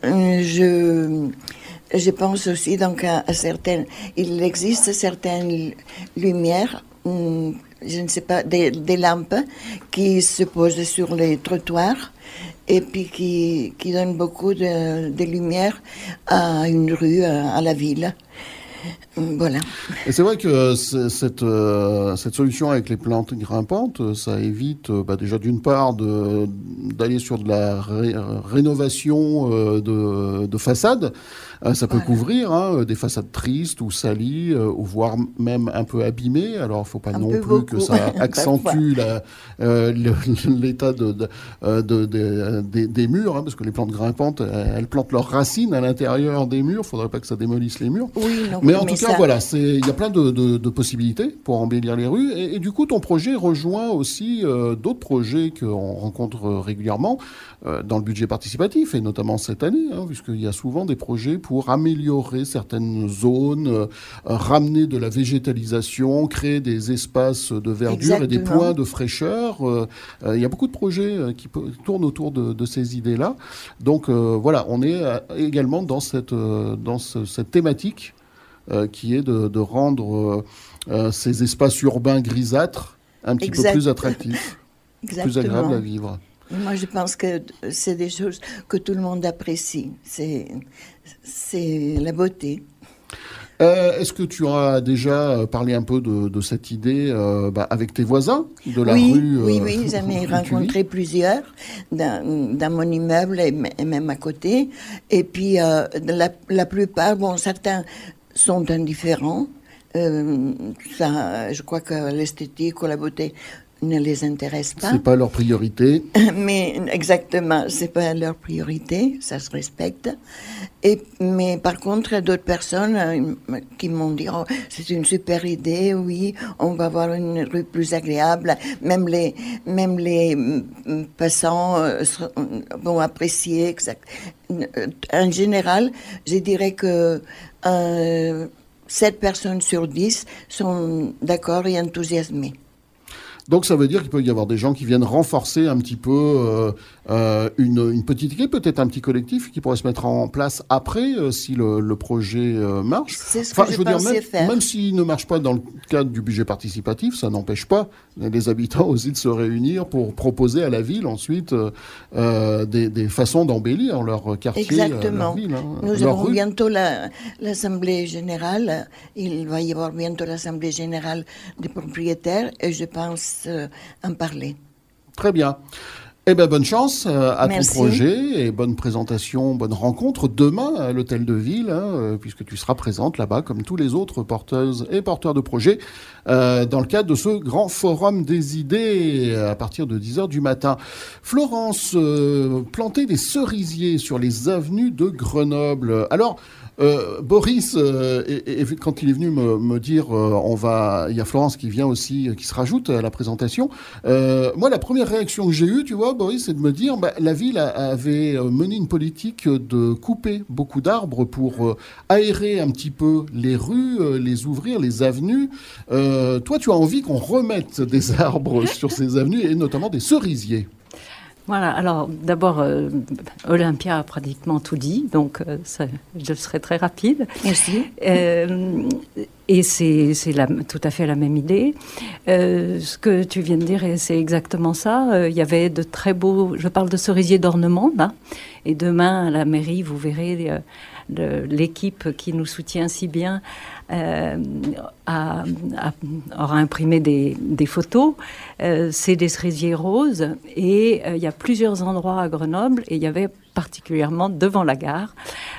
je pense aussi donc à certaines... Il existe certaines lumières, je ne sais pas, des lampes qui se posent sur les trottoirs et puis qui donnent beaucoup de lumière à une rue, à la ville. Voilà. Et c'est vrai que cette solution avec les plantes grimpantes, ça évite déjà d'une part d'aller sur de la rénovation de façades. Ça peut couvrir des façades tristes ou salies, ou voire même un peu abîmées. Alors, il ne faut pas non plus que ça accentue l'état des murs, parce que les plantes grimpantes, elles plantent leurs racines à l'intérieur des murs. Il ne faudrait pas que ça démolisse les murs. Oui, non, mais en tout cas, voilà, il y a plein de possibilités pour embellir les rues. Et du coup, ton projet rejoint aussi d'autres projets qu'on rencontre régulièrement dans le budget participatif, et notamment cette année, puisqu'il y a souvent des projets pour améliorer certaines zones, ramener de la végétalisation, créer des espaces de verdure. Exactement. Et des points de fraîcheur. Il y a beaucoup de projets qui tournent autour de ces idées-là. Donc voilà, on est également dans cette thématique qui est de rendre ces espaces urbains grisâtres un petit peu plus attractifs, plus agréables à vivre. Moi, je pense que c'est des choses que tout le monde apprécie. C'est la beauté. Est-ce que tu as déjà parlé un peu de cette idée avec tes voisins de la rue? Oui, j'en ai rencontré plusieurs dans mon immeuble et même à côté. Et puis, la plupart, certains sont indifférents. Je crois que l'esthétique ou la beauté ne les intéresse pas. C'est pas leur priorité. Mais exactement, c'est pas leur priorité, ça se respecte. Mais par contre, il y a d'autres personnes qui m'ont dit oh, c'est une super idée, oui, on va avoir une rue plus agréable. Même les passants vont apprécier. Exact. En général, je dirais que 7 personnes sur 10 sont d'accord et enthousiasmées. Donc ça veut dire qu'il peut y avoir des gens qui viennent renforcer un petit peu une petite équipe, peut-être un petit collectif qui pourrait se mettre en place après si le projet marche. C'est ce que je pensais faire. Même s'il ne marche pas dans le cadre du budget participatif, ça n'empêche pas les habitants aussi de se réunir pour proposer à la ville ensuite des façons d'embellir leur quartier, exactement. Leur ville. Nous avons bientôt l'Assemblée générale. Il va y avoir bientôt l'Assemblée générale des propriétaires et je pense en parler. Très bien. Eh bien, bonne chance à Merci. ton projet et bonne présentation, bonne rencontre demain à l'Hôtel de Ville, puisque tu seras présente là-bas comme tous les autres porteuses et porteurs de projets dans le cadre de ce grand forum des idées à partir de 10h du matin. Florence, planter des cerisiers sur les avenues de Grenoble. Alors, Boris, quand il est venu me dire, il y a Florence qui vient aussi, qui se rajoute à la présentation. Moi, la première réaction que j'ai eue, tu vois, Boris, c'est de me dire, la ville avait mené une politique de couper beaucoup d'arbres pour aérer un petit peu les rues, les ouvrir, les avenues. Toi, tu as envie qu'on remette des arbres sur ces avenues et notamment des cerisiers. Voilà, alors d'abord, Olympia a pratiquement tout dit, donc je serai très rapide. Merci. Et c'est tout à fait la même idée. Ce que tu viens de dire, c'est exactement ça. Il y avait de très beaux... Je parle de cerisiers d'ornement, là. Et demain, à la mairie, vous verrez l'équipe qui nous soutient si bien aura imprimé des photos. C'est des cerisiers roses. Et il y a plusieurs endroits à Grenoble. Et il y avait particulièrement devant la gare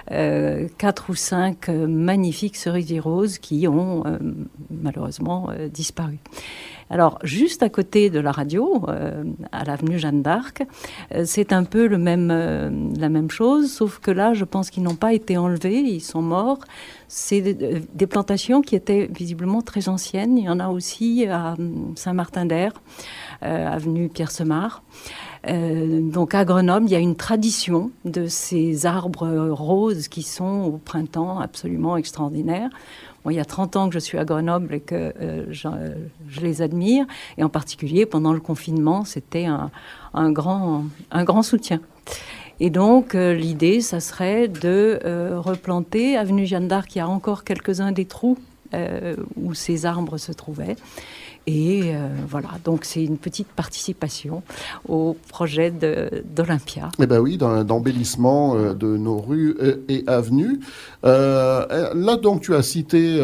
4 ou 5 magnifiques cerisiers roses qui ont malheureusement disparu. Alors, juste à côté de la radio, à l'avenue Jeanne d'Arc, c'est un peu la même chose, sauf que là, je pense qu'ils n'ont pas été enlevés, ils sont morts. C'est des plantations qui étaient visiblement très anciennes. Il y en a aussi à Saint-Martin-d'Air, avenue Pierre-Semard. Donc à Grenoble, il y a une tradition de ces arbres roses qui sont au printemps absolument extraordinaires. Moi, il y a 30 ans que je suis à Grenoble et que je les admire. Et en particulier, pendant le confinement, c'était un grand soutien. Et donc, l'idée, ça serait de replanter. Avenue Jeanne d'Arc, il y a encore quelques-uns des trous où ces arbres se trouvaient. Et voilà, donc c'est une petite participation au projet d'Olympia. Eh bien oui, d'embellissement de nos rues et avenues. Là, donc, tu as cité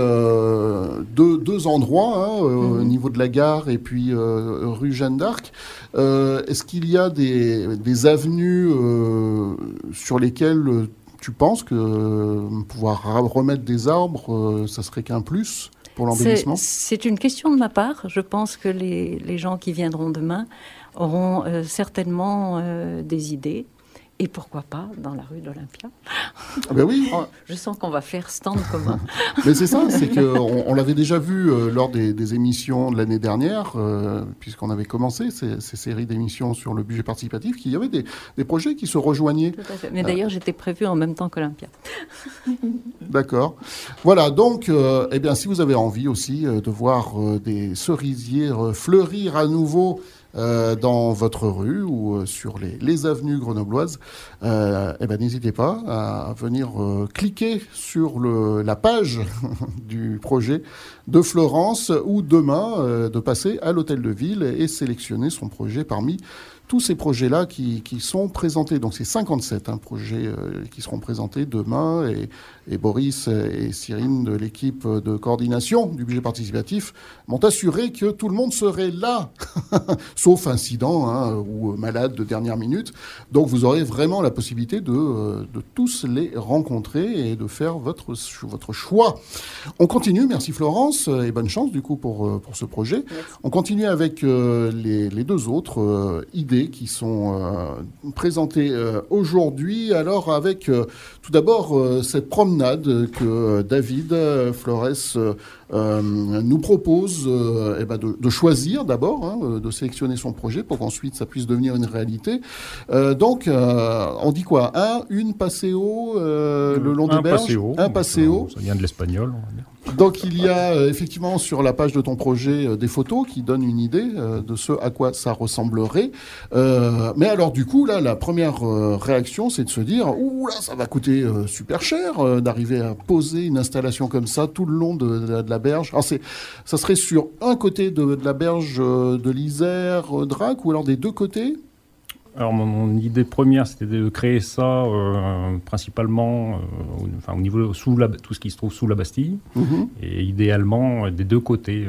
deux endroits, au niveau de la gare et puis rue Jeanne d'Arc. Est-ce qu'il y a des avenues sur lesquelles tu penses que pouvoir remettre des arbres, ça serait qu'un plus ? C'est une question de ma part. Je pense que les gens qui viendront demain auront certainement des idées. Et pourquoi pas dans la rue d'Olympia. Ah ben oui. Je sens qu'on va faire stand commun. Mais c'est ça, c'est qu'on l'avait déjà vu lors des émissions de l'année dernière, puisqu'on avait commencé ces séries d'émissions sur le budget participatif, qu'il y avait des projets qui se rejoignaient. Tout à fait. Mais d'ailleurs, j'étais prévue en même temps qu'Olympia. D'accord. Voilà, donc, eh bien, si vous avez envie aussi de voir des cerisiers fleurir à nouveau dans votre rue ou sur les avenues grenobloises, eh ben, n'hésitez pas à venir cliquer sur la page du projet de Florence ou demain de passer à l'Hôtel de Ville et sélectionner son projet parmi tous ces projets-là qui sont présentés. Donc c'est 57 projets qui seront présentés demain, et Boris et Cyrine de l'équipe de coordination du budget participatif m'ont assuré que tout le monde serait là, sauf incident ou malade de dernière minute. Donc vous aurez vraiment la possibilité de tous les rencontrer et de faire votre choix. On continue, merci Florence, et bonne chance du coup pour ce projet. Merci. On continue avec les deux autres idées qui sont présentées aujourd'hui. Alors avec tout d'abord cette promenade que David Flores nous propose de choisir d'abord, de sélectionner son projet pour qu'ensuite ça puisse devenir une réalité. Donc on dit quoi, une paseo le long des berges, un paseo. Ça vient de l'espagnol, on va dire. Donc il y a effectivement sur la page de ton projet des photos qui donnent une idée de ce à quoi ça ressemblerait. Mais alors du coup là, la première réaction, c'est de se dire ouh là, ça va coûter super cher d'arriver à poser une installation comme ça tout le long de la berge. Alors ça serait sur un côté de la berge de l'Isère, Drac, ou alors des deux côtés? Alors mon idée première, c'était de créer ça principalement au niveau tout ce qui se trouve sous la Bastille, et idéalement des deux côtés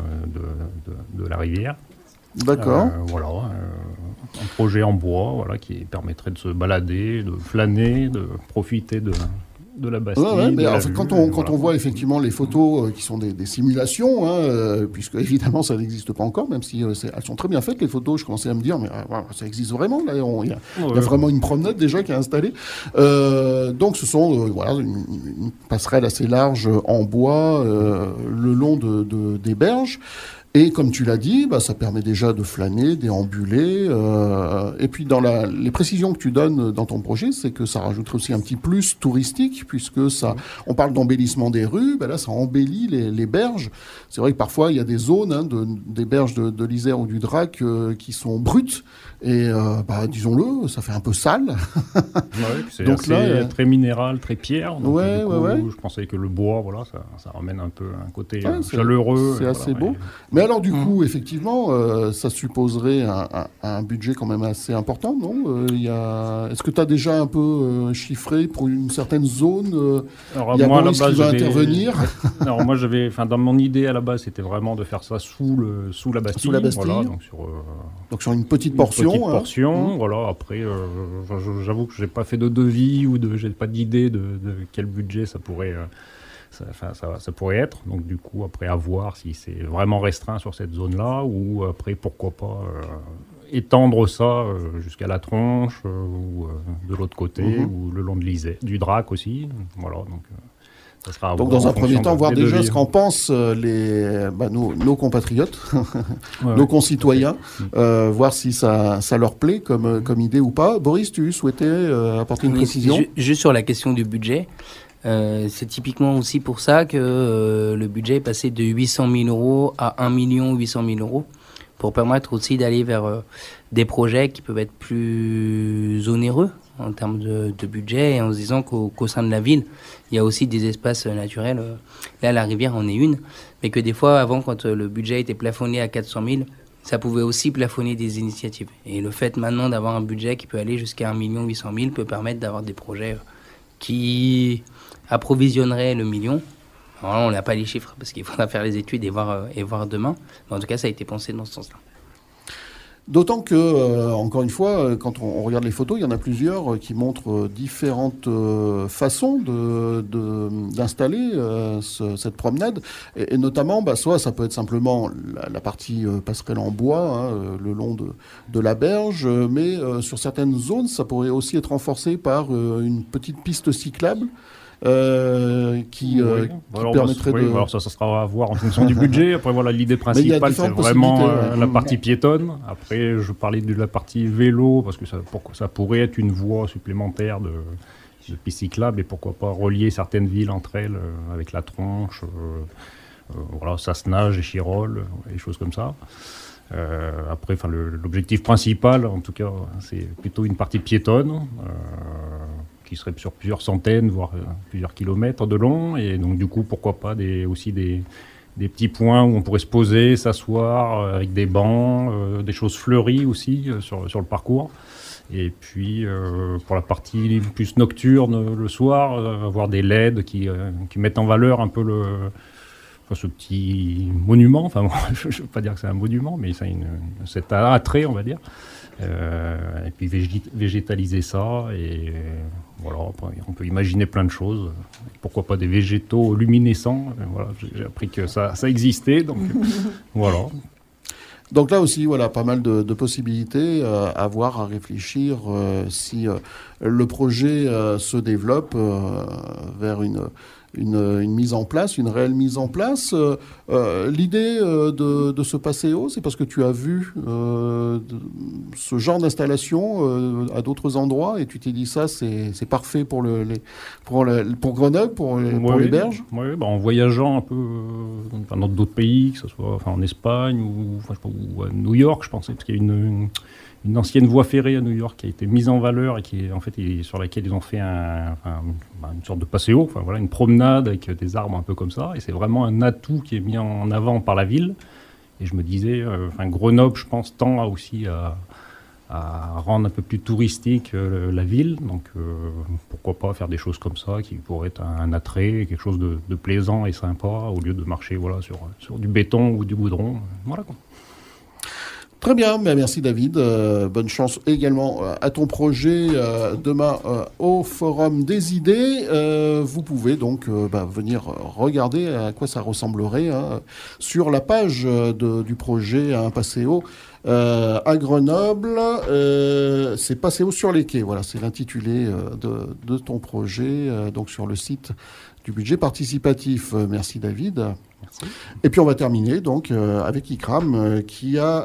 de la rivière. D'accord. Voilà, un projet en bois, qui permettrait de se balader, de flâner, de profiter de la Bastille. Mais en fait, quand on voit effectivement les photos qui sont des simulations, puisque évidemment ça n'existe pas encore, même si elles sont très bien faites les photos, je commençais à me dire mais ça existe vraiment là, il y a vraiment une promenade déjà qui est installée. Donc ce sont une passerelle assez large en bois le long des berges. Et comme tu l'as dit, ça permet déjà de flâner, déambuler. Et puis dans les précisions que tu donnes dans ton projet, c'est que ça rajoute aussi un petit plus touristique, puisque on parle d'embellissement des rues. Là, ça embellit les berges. C'est vrai que parfois il y a des zones des berges de l'Isère ou du Drac qui sont brutes. Et disons-le, ça fait un peu sale. C'est donc là, très minéral, très pierre. Donc, je pensais que le bois, ça ramène un peu un côté chaleureux. C'est assez beau. Mais alors du coup, effectivement, ça supposerait un budget quand même assez important, non? Est-ce que tu as déjà un peu chiffré pour une certaine zone? Alors, il y a moi, Boris qui va intervenir. Alors moi, dans mon idée à la base, c'était vraiment de faire ça sous la Bastille. Sous la Bastille. Voilà, donc sur une petite portion. Voilà. Après, j'avoue que j'ai pas fait de devis ou j'ai pas d'idée de quel budget ça pourrait. Ça pourrait être. Donc du coup, après, à voir si c'est vraiment restreint sur cette zone-là, ou après, pourquoi pas étendre ça jusqu'à la Tronche, ou de l'autre côté, ou le long de l'Isère, du Drac aussi. Voilà, donc ça sera à donc voir dans un premier temps, voir déjà devis. ce qu'en pensent nos compatriotes, nos concitoyens, voir si ça leur plaît comme idée ou pas. Boris, tu souhaitais apporter une précision? Juste sur la question du budget. C'est typiquement aussi pour ça que le budget est passé de 800 000 euros à 1 800 000 euros, pour permettre aussi d'aller vers des projets qui peuvent être plus onéreux en termes de budget, et en se disant qu'au sein de la ville, il y a aussi des espaces naturels. Là, la rivière en est une, mais que des fois, avant, quand le budget était plafonné à 400 000, ça pouvait aussi plafonner des initiatives. Et le fait maintenant d'avoir un budget qui peut aller jusqu'à 1 800 000 peut permettre d'avoir des projets qui approvisionnerait le million. Alors là, on n'a pas les chiffres parce qu'il faudra faire les études et voir demain. Mais en tout cas, ça a été pensé dans ce sens-là. D'autant que, encore une fois, quand on regarde les photos, il y en a plusieurs qui montrent différentes façons d'installer cette promenade. Et notamment, soit ça peut être simplement la partie passerelle en bois, le long de la berge, mais sur certaines zones, ça pourrait aussi être renforcé par une petite piste cyclable. Qui permettrait de... Alors ça sera à voir en fonction du budget. Après, l'idée principale, c'est vraiment la partie piétonne. Après, je parlais de la partie vélo, parce que ça pourrait être une voie supplémentaire de piste cyclable, et pourquoi pas relier certaines villes entre elles, avec la Tronche, Sassenage et Chirol, des choses comme ça. Après, l'objectif principal, en tout cas, c'est plutôt une partie piétonne, qui serait sur plusieurs centaines, voire plusieurs kilomètres de long. Et donc, du coup, pourquoi pas aussi des des petits points où on pourrait se poser, s'asseoir, avec des bancs, des choses fleuries aussi sur le parcours. Et puis, pour la partie plus nocturne, le soir, avoir des LED qui mettent en valeur un peu ce petit monument. Enfin, je ne veux pas dire que c'est un monument, mais cet attrait, on va dire. Et puis végétaliser ça. Et voilà, on peut imaginer plein de choses. Pourquoi pas des végétaux luminescents. Voilà, j'ai appris que ça existait. Donc, voilà. Donc là aussi, voilà, pas mal de possibilités à voir, à réfléchir si le projet se développe vers une mise en place, une réelle mise en place. L'idée de ce Paseo, c'est parce que tu as vu ce genre d'installation à d'autres endroits et tu t'es dit ça, c'est parfait pour Grenoble, pour les berges. Oui, en voyageant un peu dans d'autres pays, que ce soit en Espagne ou à New York, je pensais, parce qu'il y a une ancienne voie ferrée à New York qui a été mise en valeur et sur laquelle ils ont fait une sorte de passéo, une promenade avec des arbres un peu comme ça. Et c'est vraiment un atout qui est mis en avant par la ville. Et je me disais, Grenoble, je pense, tend aussi à rendre un peu plus touristique la ville. Donc pourquoi pas faire des choses comme ça qui pourraient être un attrait, quelque chose de plaisant et sympa au lieu de marcher sur du béton ou du goudron. Voilà quoi. Très bien, merci David. Bonne chance également à ton projet demain au Forum des idées. Vous pouvez donc venir regarder à quoi ça ressemblerait sur la page du projet Un Paseo à Grenoble. C'est Paseo sur les quais, voilà, c'est l'intitulé de ton projet, donc sur le site du budget participatif. Merci David. Merci. Et puis on va terminer donc avec Ikram qui a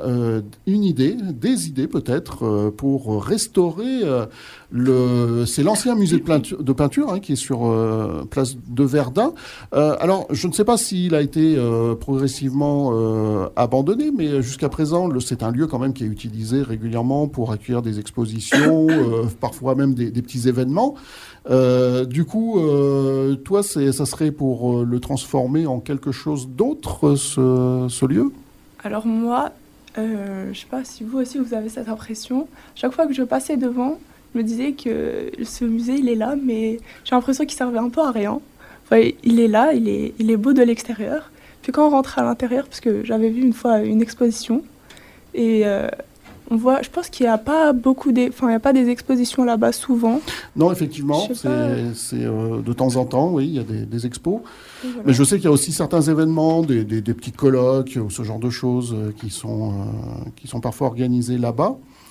des idées peut-être pour restaurer c'est l'ancien musée de peinture qui est sur place de Verdun. Alors je ne sais pas s'il a été progressivement abandonné, mais jusqu'à présent c'est un lieu quand même qui est utilisé régulièrement pour accueillir des expositions, parfois même des petits événements. Du coup, toi, ça serait pour le transformer en quelque chose d'autre, ce lieu ? Alors moi, je sais pas si vous aussi vous avez cette impression. Chaque fois que je passais devant, je me disais que ce musée, il est là, mais j'ai l'impression qu'il servait un peu à rien. Enfin, il est là, il est beau de l'extérieur. Puis quand on rentre à l'intérieur, parce que j'avais vu une fois une exposition, et on voit, je pense qu'il n'y a pas il n'y a pas des expositions là-bas souvent. Non, effectivement, c'est de temps en temps, oui, il y a des expos. Voilà. Mais je sais qu'il y a aussi certains événements, des petits colloques ou ce genre de choses qui sont parfois organisés là-bas.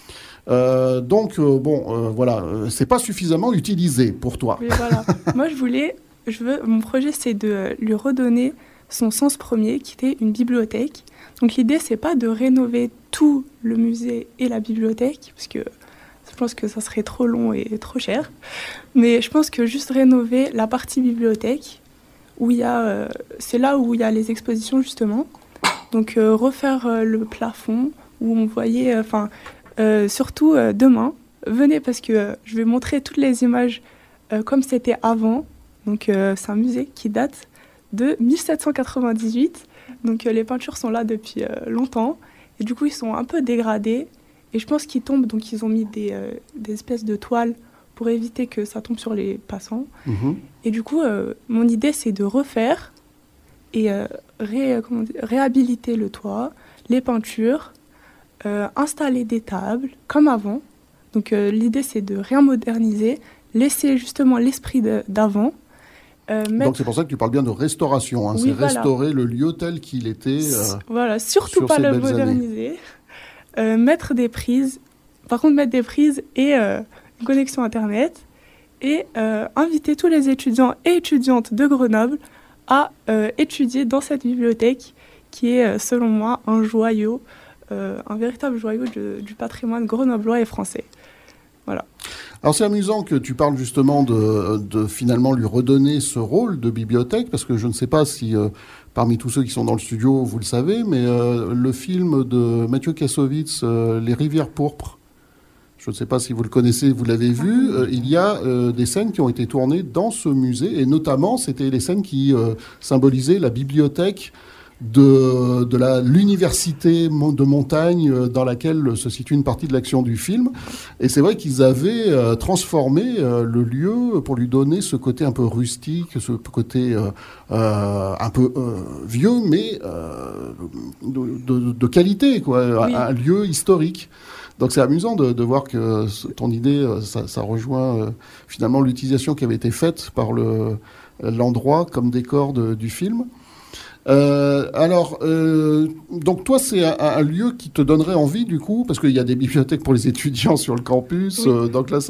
Voilà, c'est pas suffisamment utilisé pour toi. Oui, voilà. Moi, mon projet, c'est de lui redonner son sens premier, qui était une bibliothèque. Donc l'idée, c'est pas de rénover tout le musée et la bibliothèque, parce que je pense que ça serait trop long et trop cher. Mais je pense que juste rénover la partie bibliothèque, c'est là où il y a les expositions justement. Donc refaire le plafond, où on voyait, surtout demain, venez parce que je vais montrer toutes les images comme c'était avant. Donc c'est un musée qui date de 1798. Donc les peintures sont là depuis longtemps et du coup ils sont un peu dégradés et je pense qu'ils tombent, donc ils ont mis des espèces de toiles pour éviter que ça tombe sur les passants. Mmh. Et du coup mon idée c'est de refaire et réhabiliter le toit, les peintures, installer des tables comme avant. Donc l'idée c'est de rien moderniser, laisser justement l'esprit d'avant. Donc c'est pour ça que tu parles bien de restauration, oui, c'est voilà. Restaurer le lieu tel qu'il était. Voilà, surtout pas le moderniser. Mettre des prises et une connexion Internet et inviter tous les étudiants et étudiantes de Grenoble à étudier dans cette bibliothèque qui est, selon moi, un joyau, un véritable joyau du patrimoine grenoblois et français. Voilà. Alors c'est amusant que tu parles justement de finalement lui redonner ce rôle de bibliothèque, parce que je ne sais pas si parmi tous ceux qui sont dans le studio vous le savez, mais le film de Mathieu Kassovitz, Les Rivières pourpres, je ne sais pas si vous le connaissez, vous l'avez vu, il y a des scènes qui ont été tournées dans ce musée, et notamment c'était les scènes qui symbolisaient la bibliothèque de l'université de montagne dans laquelle se situe une partie de l'action du film. Et c'est vrai qu'ils avaient transformé le lieu pour lui donner ce côté un peu rustique, ce côté un peu vieux, mais de qualité, quoi, un lieu historique. Donc c'est amusant de voir que ton idée, ça rejoint finalement l'utilisation qui avait été faite par l'endroit comme décor du film. Donc toi, c'est un lieu qui te donnerait envie, du coup, parce qu'il y a des bibliothèques pour les étudiants sur le campus. Oui. Donc là,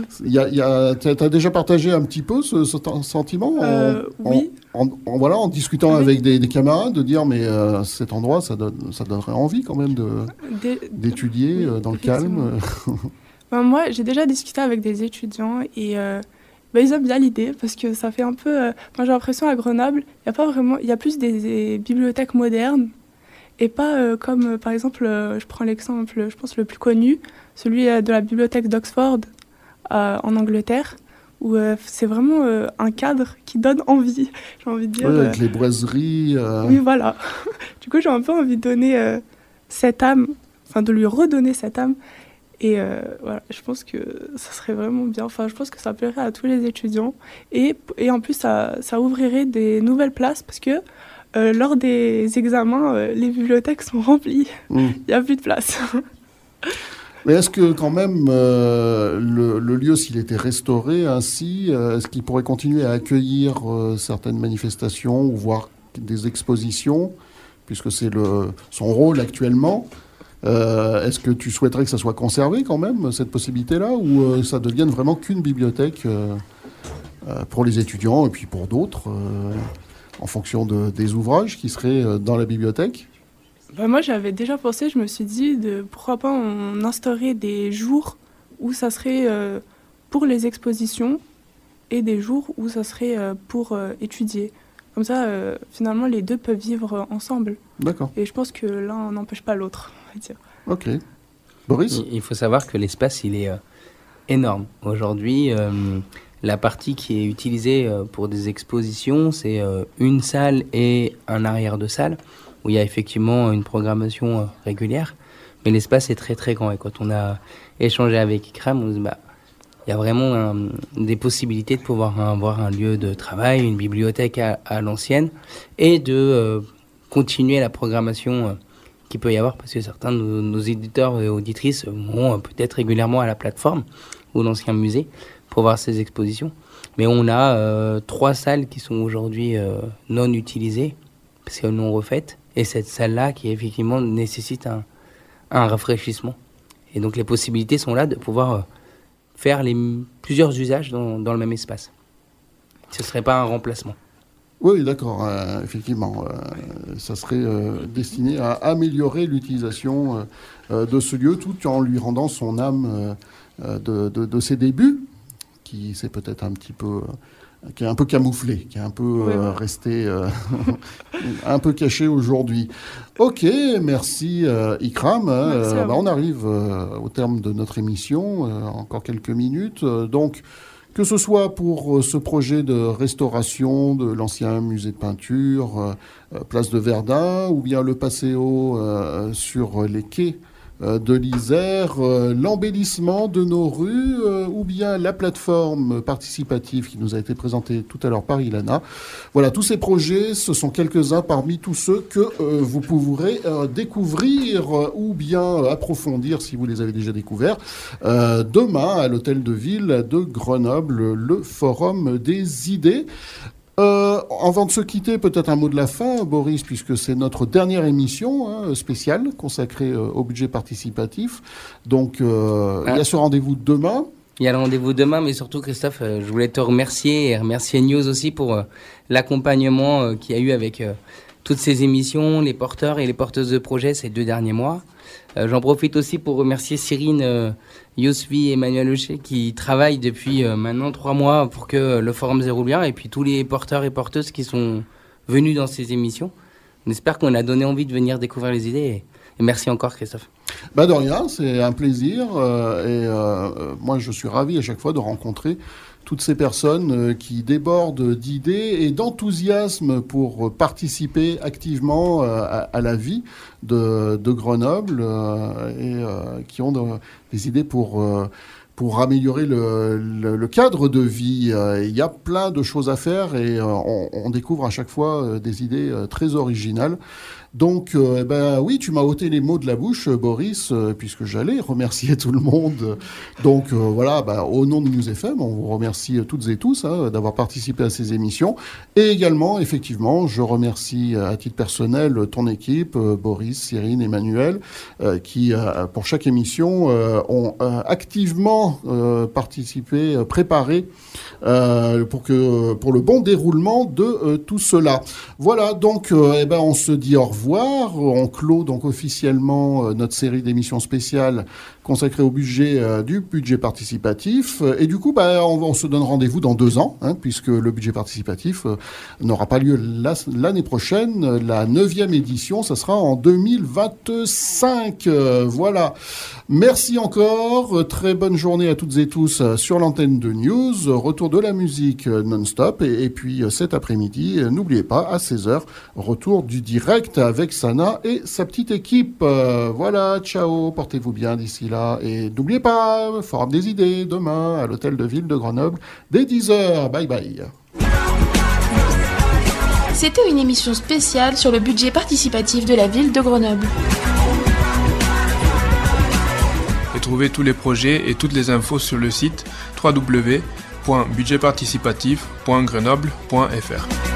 t'as déjà partagé un petit peu ce sentiment oui. En discutant avec des camarades, de dire, mais cet endroit, ça donnerait envie quand même d'étudier dans le calme. Moi, j'ai déjà discuté avec des étudiants et... ils aiment bien l'idée parce que ça fait un peu... j'ai l'impression à Grenoble, il y a plus des bibliothèques modernes et pas comme, par exemple, je prends l'exemple, je pense, le plus connu, celui de la bibliothèque d'Oxford en Angleterre, où c'est vraiment un cadre qui donne envie, j'ai envie de dire. Oui, avec les boiseries. Oui, voilà. Du coup, j'ai un peu envie de donner cette âme, de lui redonner cette âme. Et voilà, je pense que ça serait vraiment bien. Je pense que ça plairait à tous les étudiants. Et en plus, ça ouvrirait des nouvelles places parce que lors des examens, les bibliothèques sont remplies. Il n'y a plus de place. Mais est-ce que quand même le lieu, s'il était restauré ainsi, est-ce qu'il pourrait continuer à accueillir certaines manifestations ou voire des expositions, puisque c'est son rôle actuellement? Est-ce que tu souhaiterais que ça soit conservé quand même, cette possibilité-là, ou ça devienne vraiment qu'une bibliothèque pour les étudiants et puis pour d'autres, en fonction des ouvrages qui seraient dans la bibliothèque? Moi, j'avais déjà pensé, je me suis dit, pourquoi pas on instaurer des jours où ça serait pour les expositions et des jours où ça serait pour étudier. Comme ça, finalement, les deux peuvent vivre ensemble. D'accord. Et je pense que l'un n'empêche pas l'autre, on va dire. Ok. Boris ? Il faut savoir que l'espace, il est énorme. Aujourd'hui, la partie qui est utilisée pour des expositions, c'est une salle et un arrière de salle, où il y a effectivement une programmation régulière. Mais l'espace est très très grand. Et quand on a échangé avec Ikram, on se dit, il y a vraiment des possibilités de pouvoir avoir un lieu de travail, une bibliothèque à l'ancienne, et de continuer la programmation qu'il peut y avoir, parce que certains de nos éditeurs et auditrices vont peut-être régulièrement à la plateforme ou l'ancien musée pour voir ces expositions. Mais on a 3 salles qui sont aujourd'hui non utilisées, parce qu'elles non refaites, et cette salle-là qui effectivement nécessite un rafraîchissement. Et donc les possibilités sont là de pouvoir faire plusieurs usages dans le même espace. Ce ne serait pas un remplacement. Oui, d'accord, effectivement. Ça serait destiné à améliorer l'utilisation de ce lieu, tout en lui rendant son âme de ses débuts, qui s'est peut-être un petit peu... qui est un peu camouflé, qui est un peu resté un peu caché aujourd'hui. Ok, merci Ikram. Merci on arrive au terme de notre émission, encore quelques minutes. Donc, que ce soit pour ce projet de restauration de l'ancien musée de peinture, place de Verdun, ou bien le Passéo sur les quais de l'Isère, l'embellissement de nos rues, ou bien la plateforme participative qui nous a été présentée tout à l'heure par Ilana. Voilà, tous ces projets, ce sont quelques-uns parmi tous ceux que vous pourrez découvrir ou bien approfondir si vous les avez déjà découverts demain à l'hôtel de ville de Grenoble, le Forum des idées. Avant de se quitter, peut-être un mot de la fin, Boris, puisque c'est notre dernière émission spéciale consacrée au budget participatif. Donc, il y a ce rendez-vous demain. Il y a le rendez-vous demain, mais surtout, Christophe, je voulais te remercier et remercier News aussi pour l'accompagnement qu'il y a eu avec toutes ces émissions, les porteurs et les porteuses de projets ces 2 derniers mois. J'en profite aussi pour remercier Cyrine, Yosvi et Emmanuel Hochet qui travaillent depuis maintenant 3 mois pour que le forum se déroule bien, et puis tous les porteurs et porteuses qui sont venus dans ces émissions. On espère qu'on a donné envie de venir découvrir les idées, et merci encore Christophe. De rien, c'est un plaisir et moi je suis ravi à chaque fois de rencontrer toutes ces personnes qui débordent d'idées et d'enthousiasme pour participer activement à la vie de Grenoble et qui ont des idées pour améliorer le cadre de vie. Il y a plein de choses à faire et on découvre à chaque fois des idées très originales. Donc, oui, tu m'as ôté les mots de la bouche, Boris, puisque j'allais remercier tout le monde. Donc, au nom de News FM, on vous remercie toutes et tous d'avoir participé à ces émissions. Et également, effectivement, je remercie à titre personnel ton équipe, Boris, Cyrine, Emmanuel, qui, pour chaque émission, ont activement participé, préparé pour le bon déroulement de tout cela. Voilà, donc, on se dit au revoir. On clôt donc officiellement notre série d'émissions spéciales consacrée au budget du budget participatif. Et du coup, on se donne rendez-vous dans 2 ans, puisque le budget participatif n'aura pas lieu l'année prochaine. La 9e édition, ça sera en 2025. Voilà. Merci encore. Très bonne journée à toutes et tous sur l'antenne de News. Retour de la musique non-stop. Et puis cet après-midi, n'oubliez pas, à 16h, retour du direct avec Sana et sa petite équipe. Voilà, ciao, portez-vous bien d'ici là. Et n'oubliez pas, Forum des idées, demain, à l'hôtel de ville de Grenoble, dès 10h. Bye bye. C'était une émission spéciale sur le budget participatif de la ville de Grenoble. Retrouvez tous les projets et toutes les infos sur le site www.budgetparticipatif.grenoble.fr.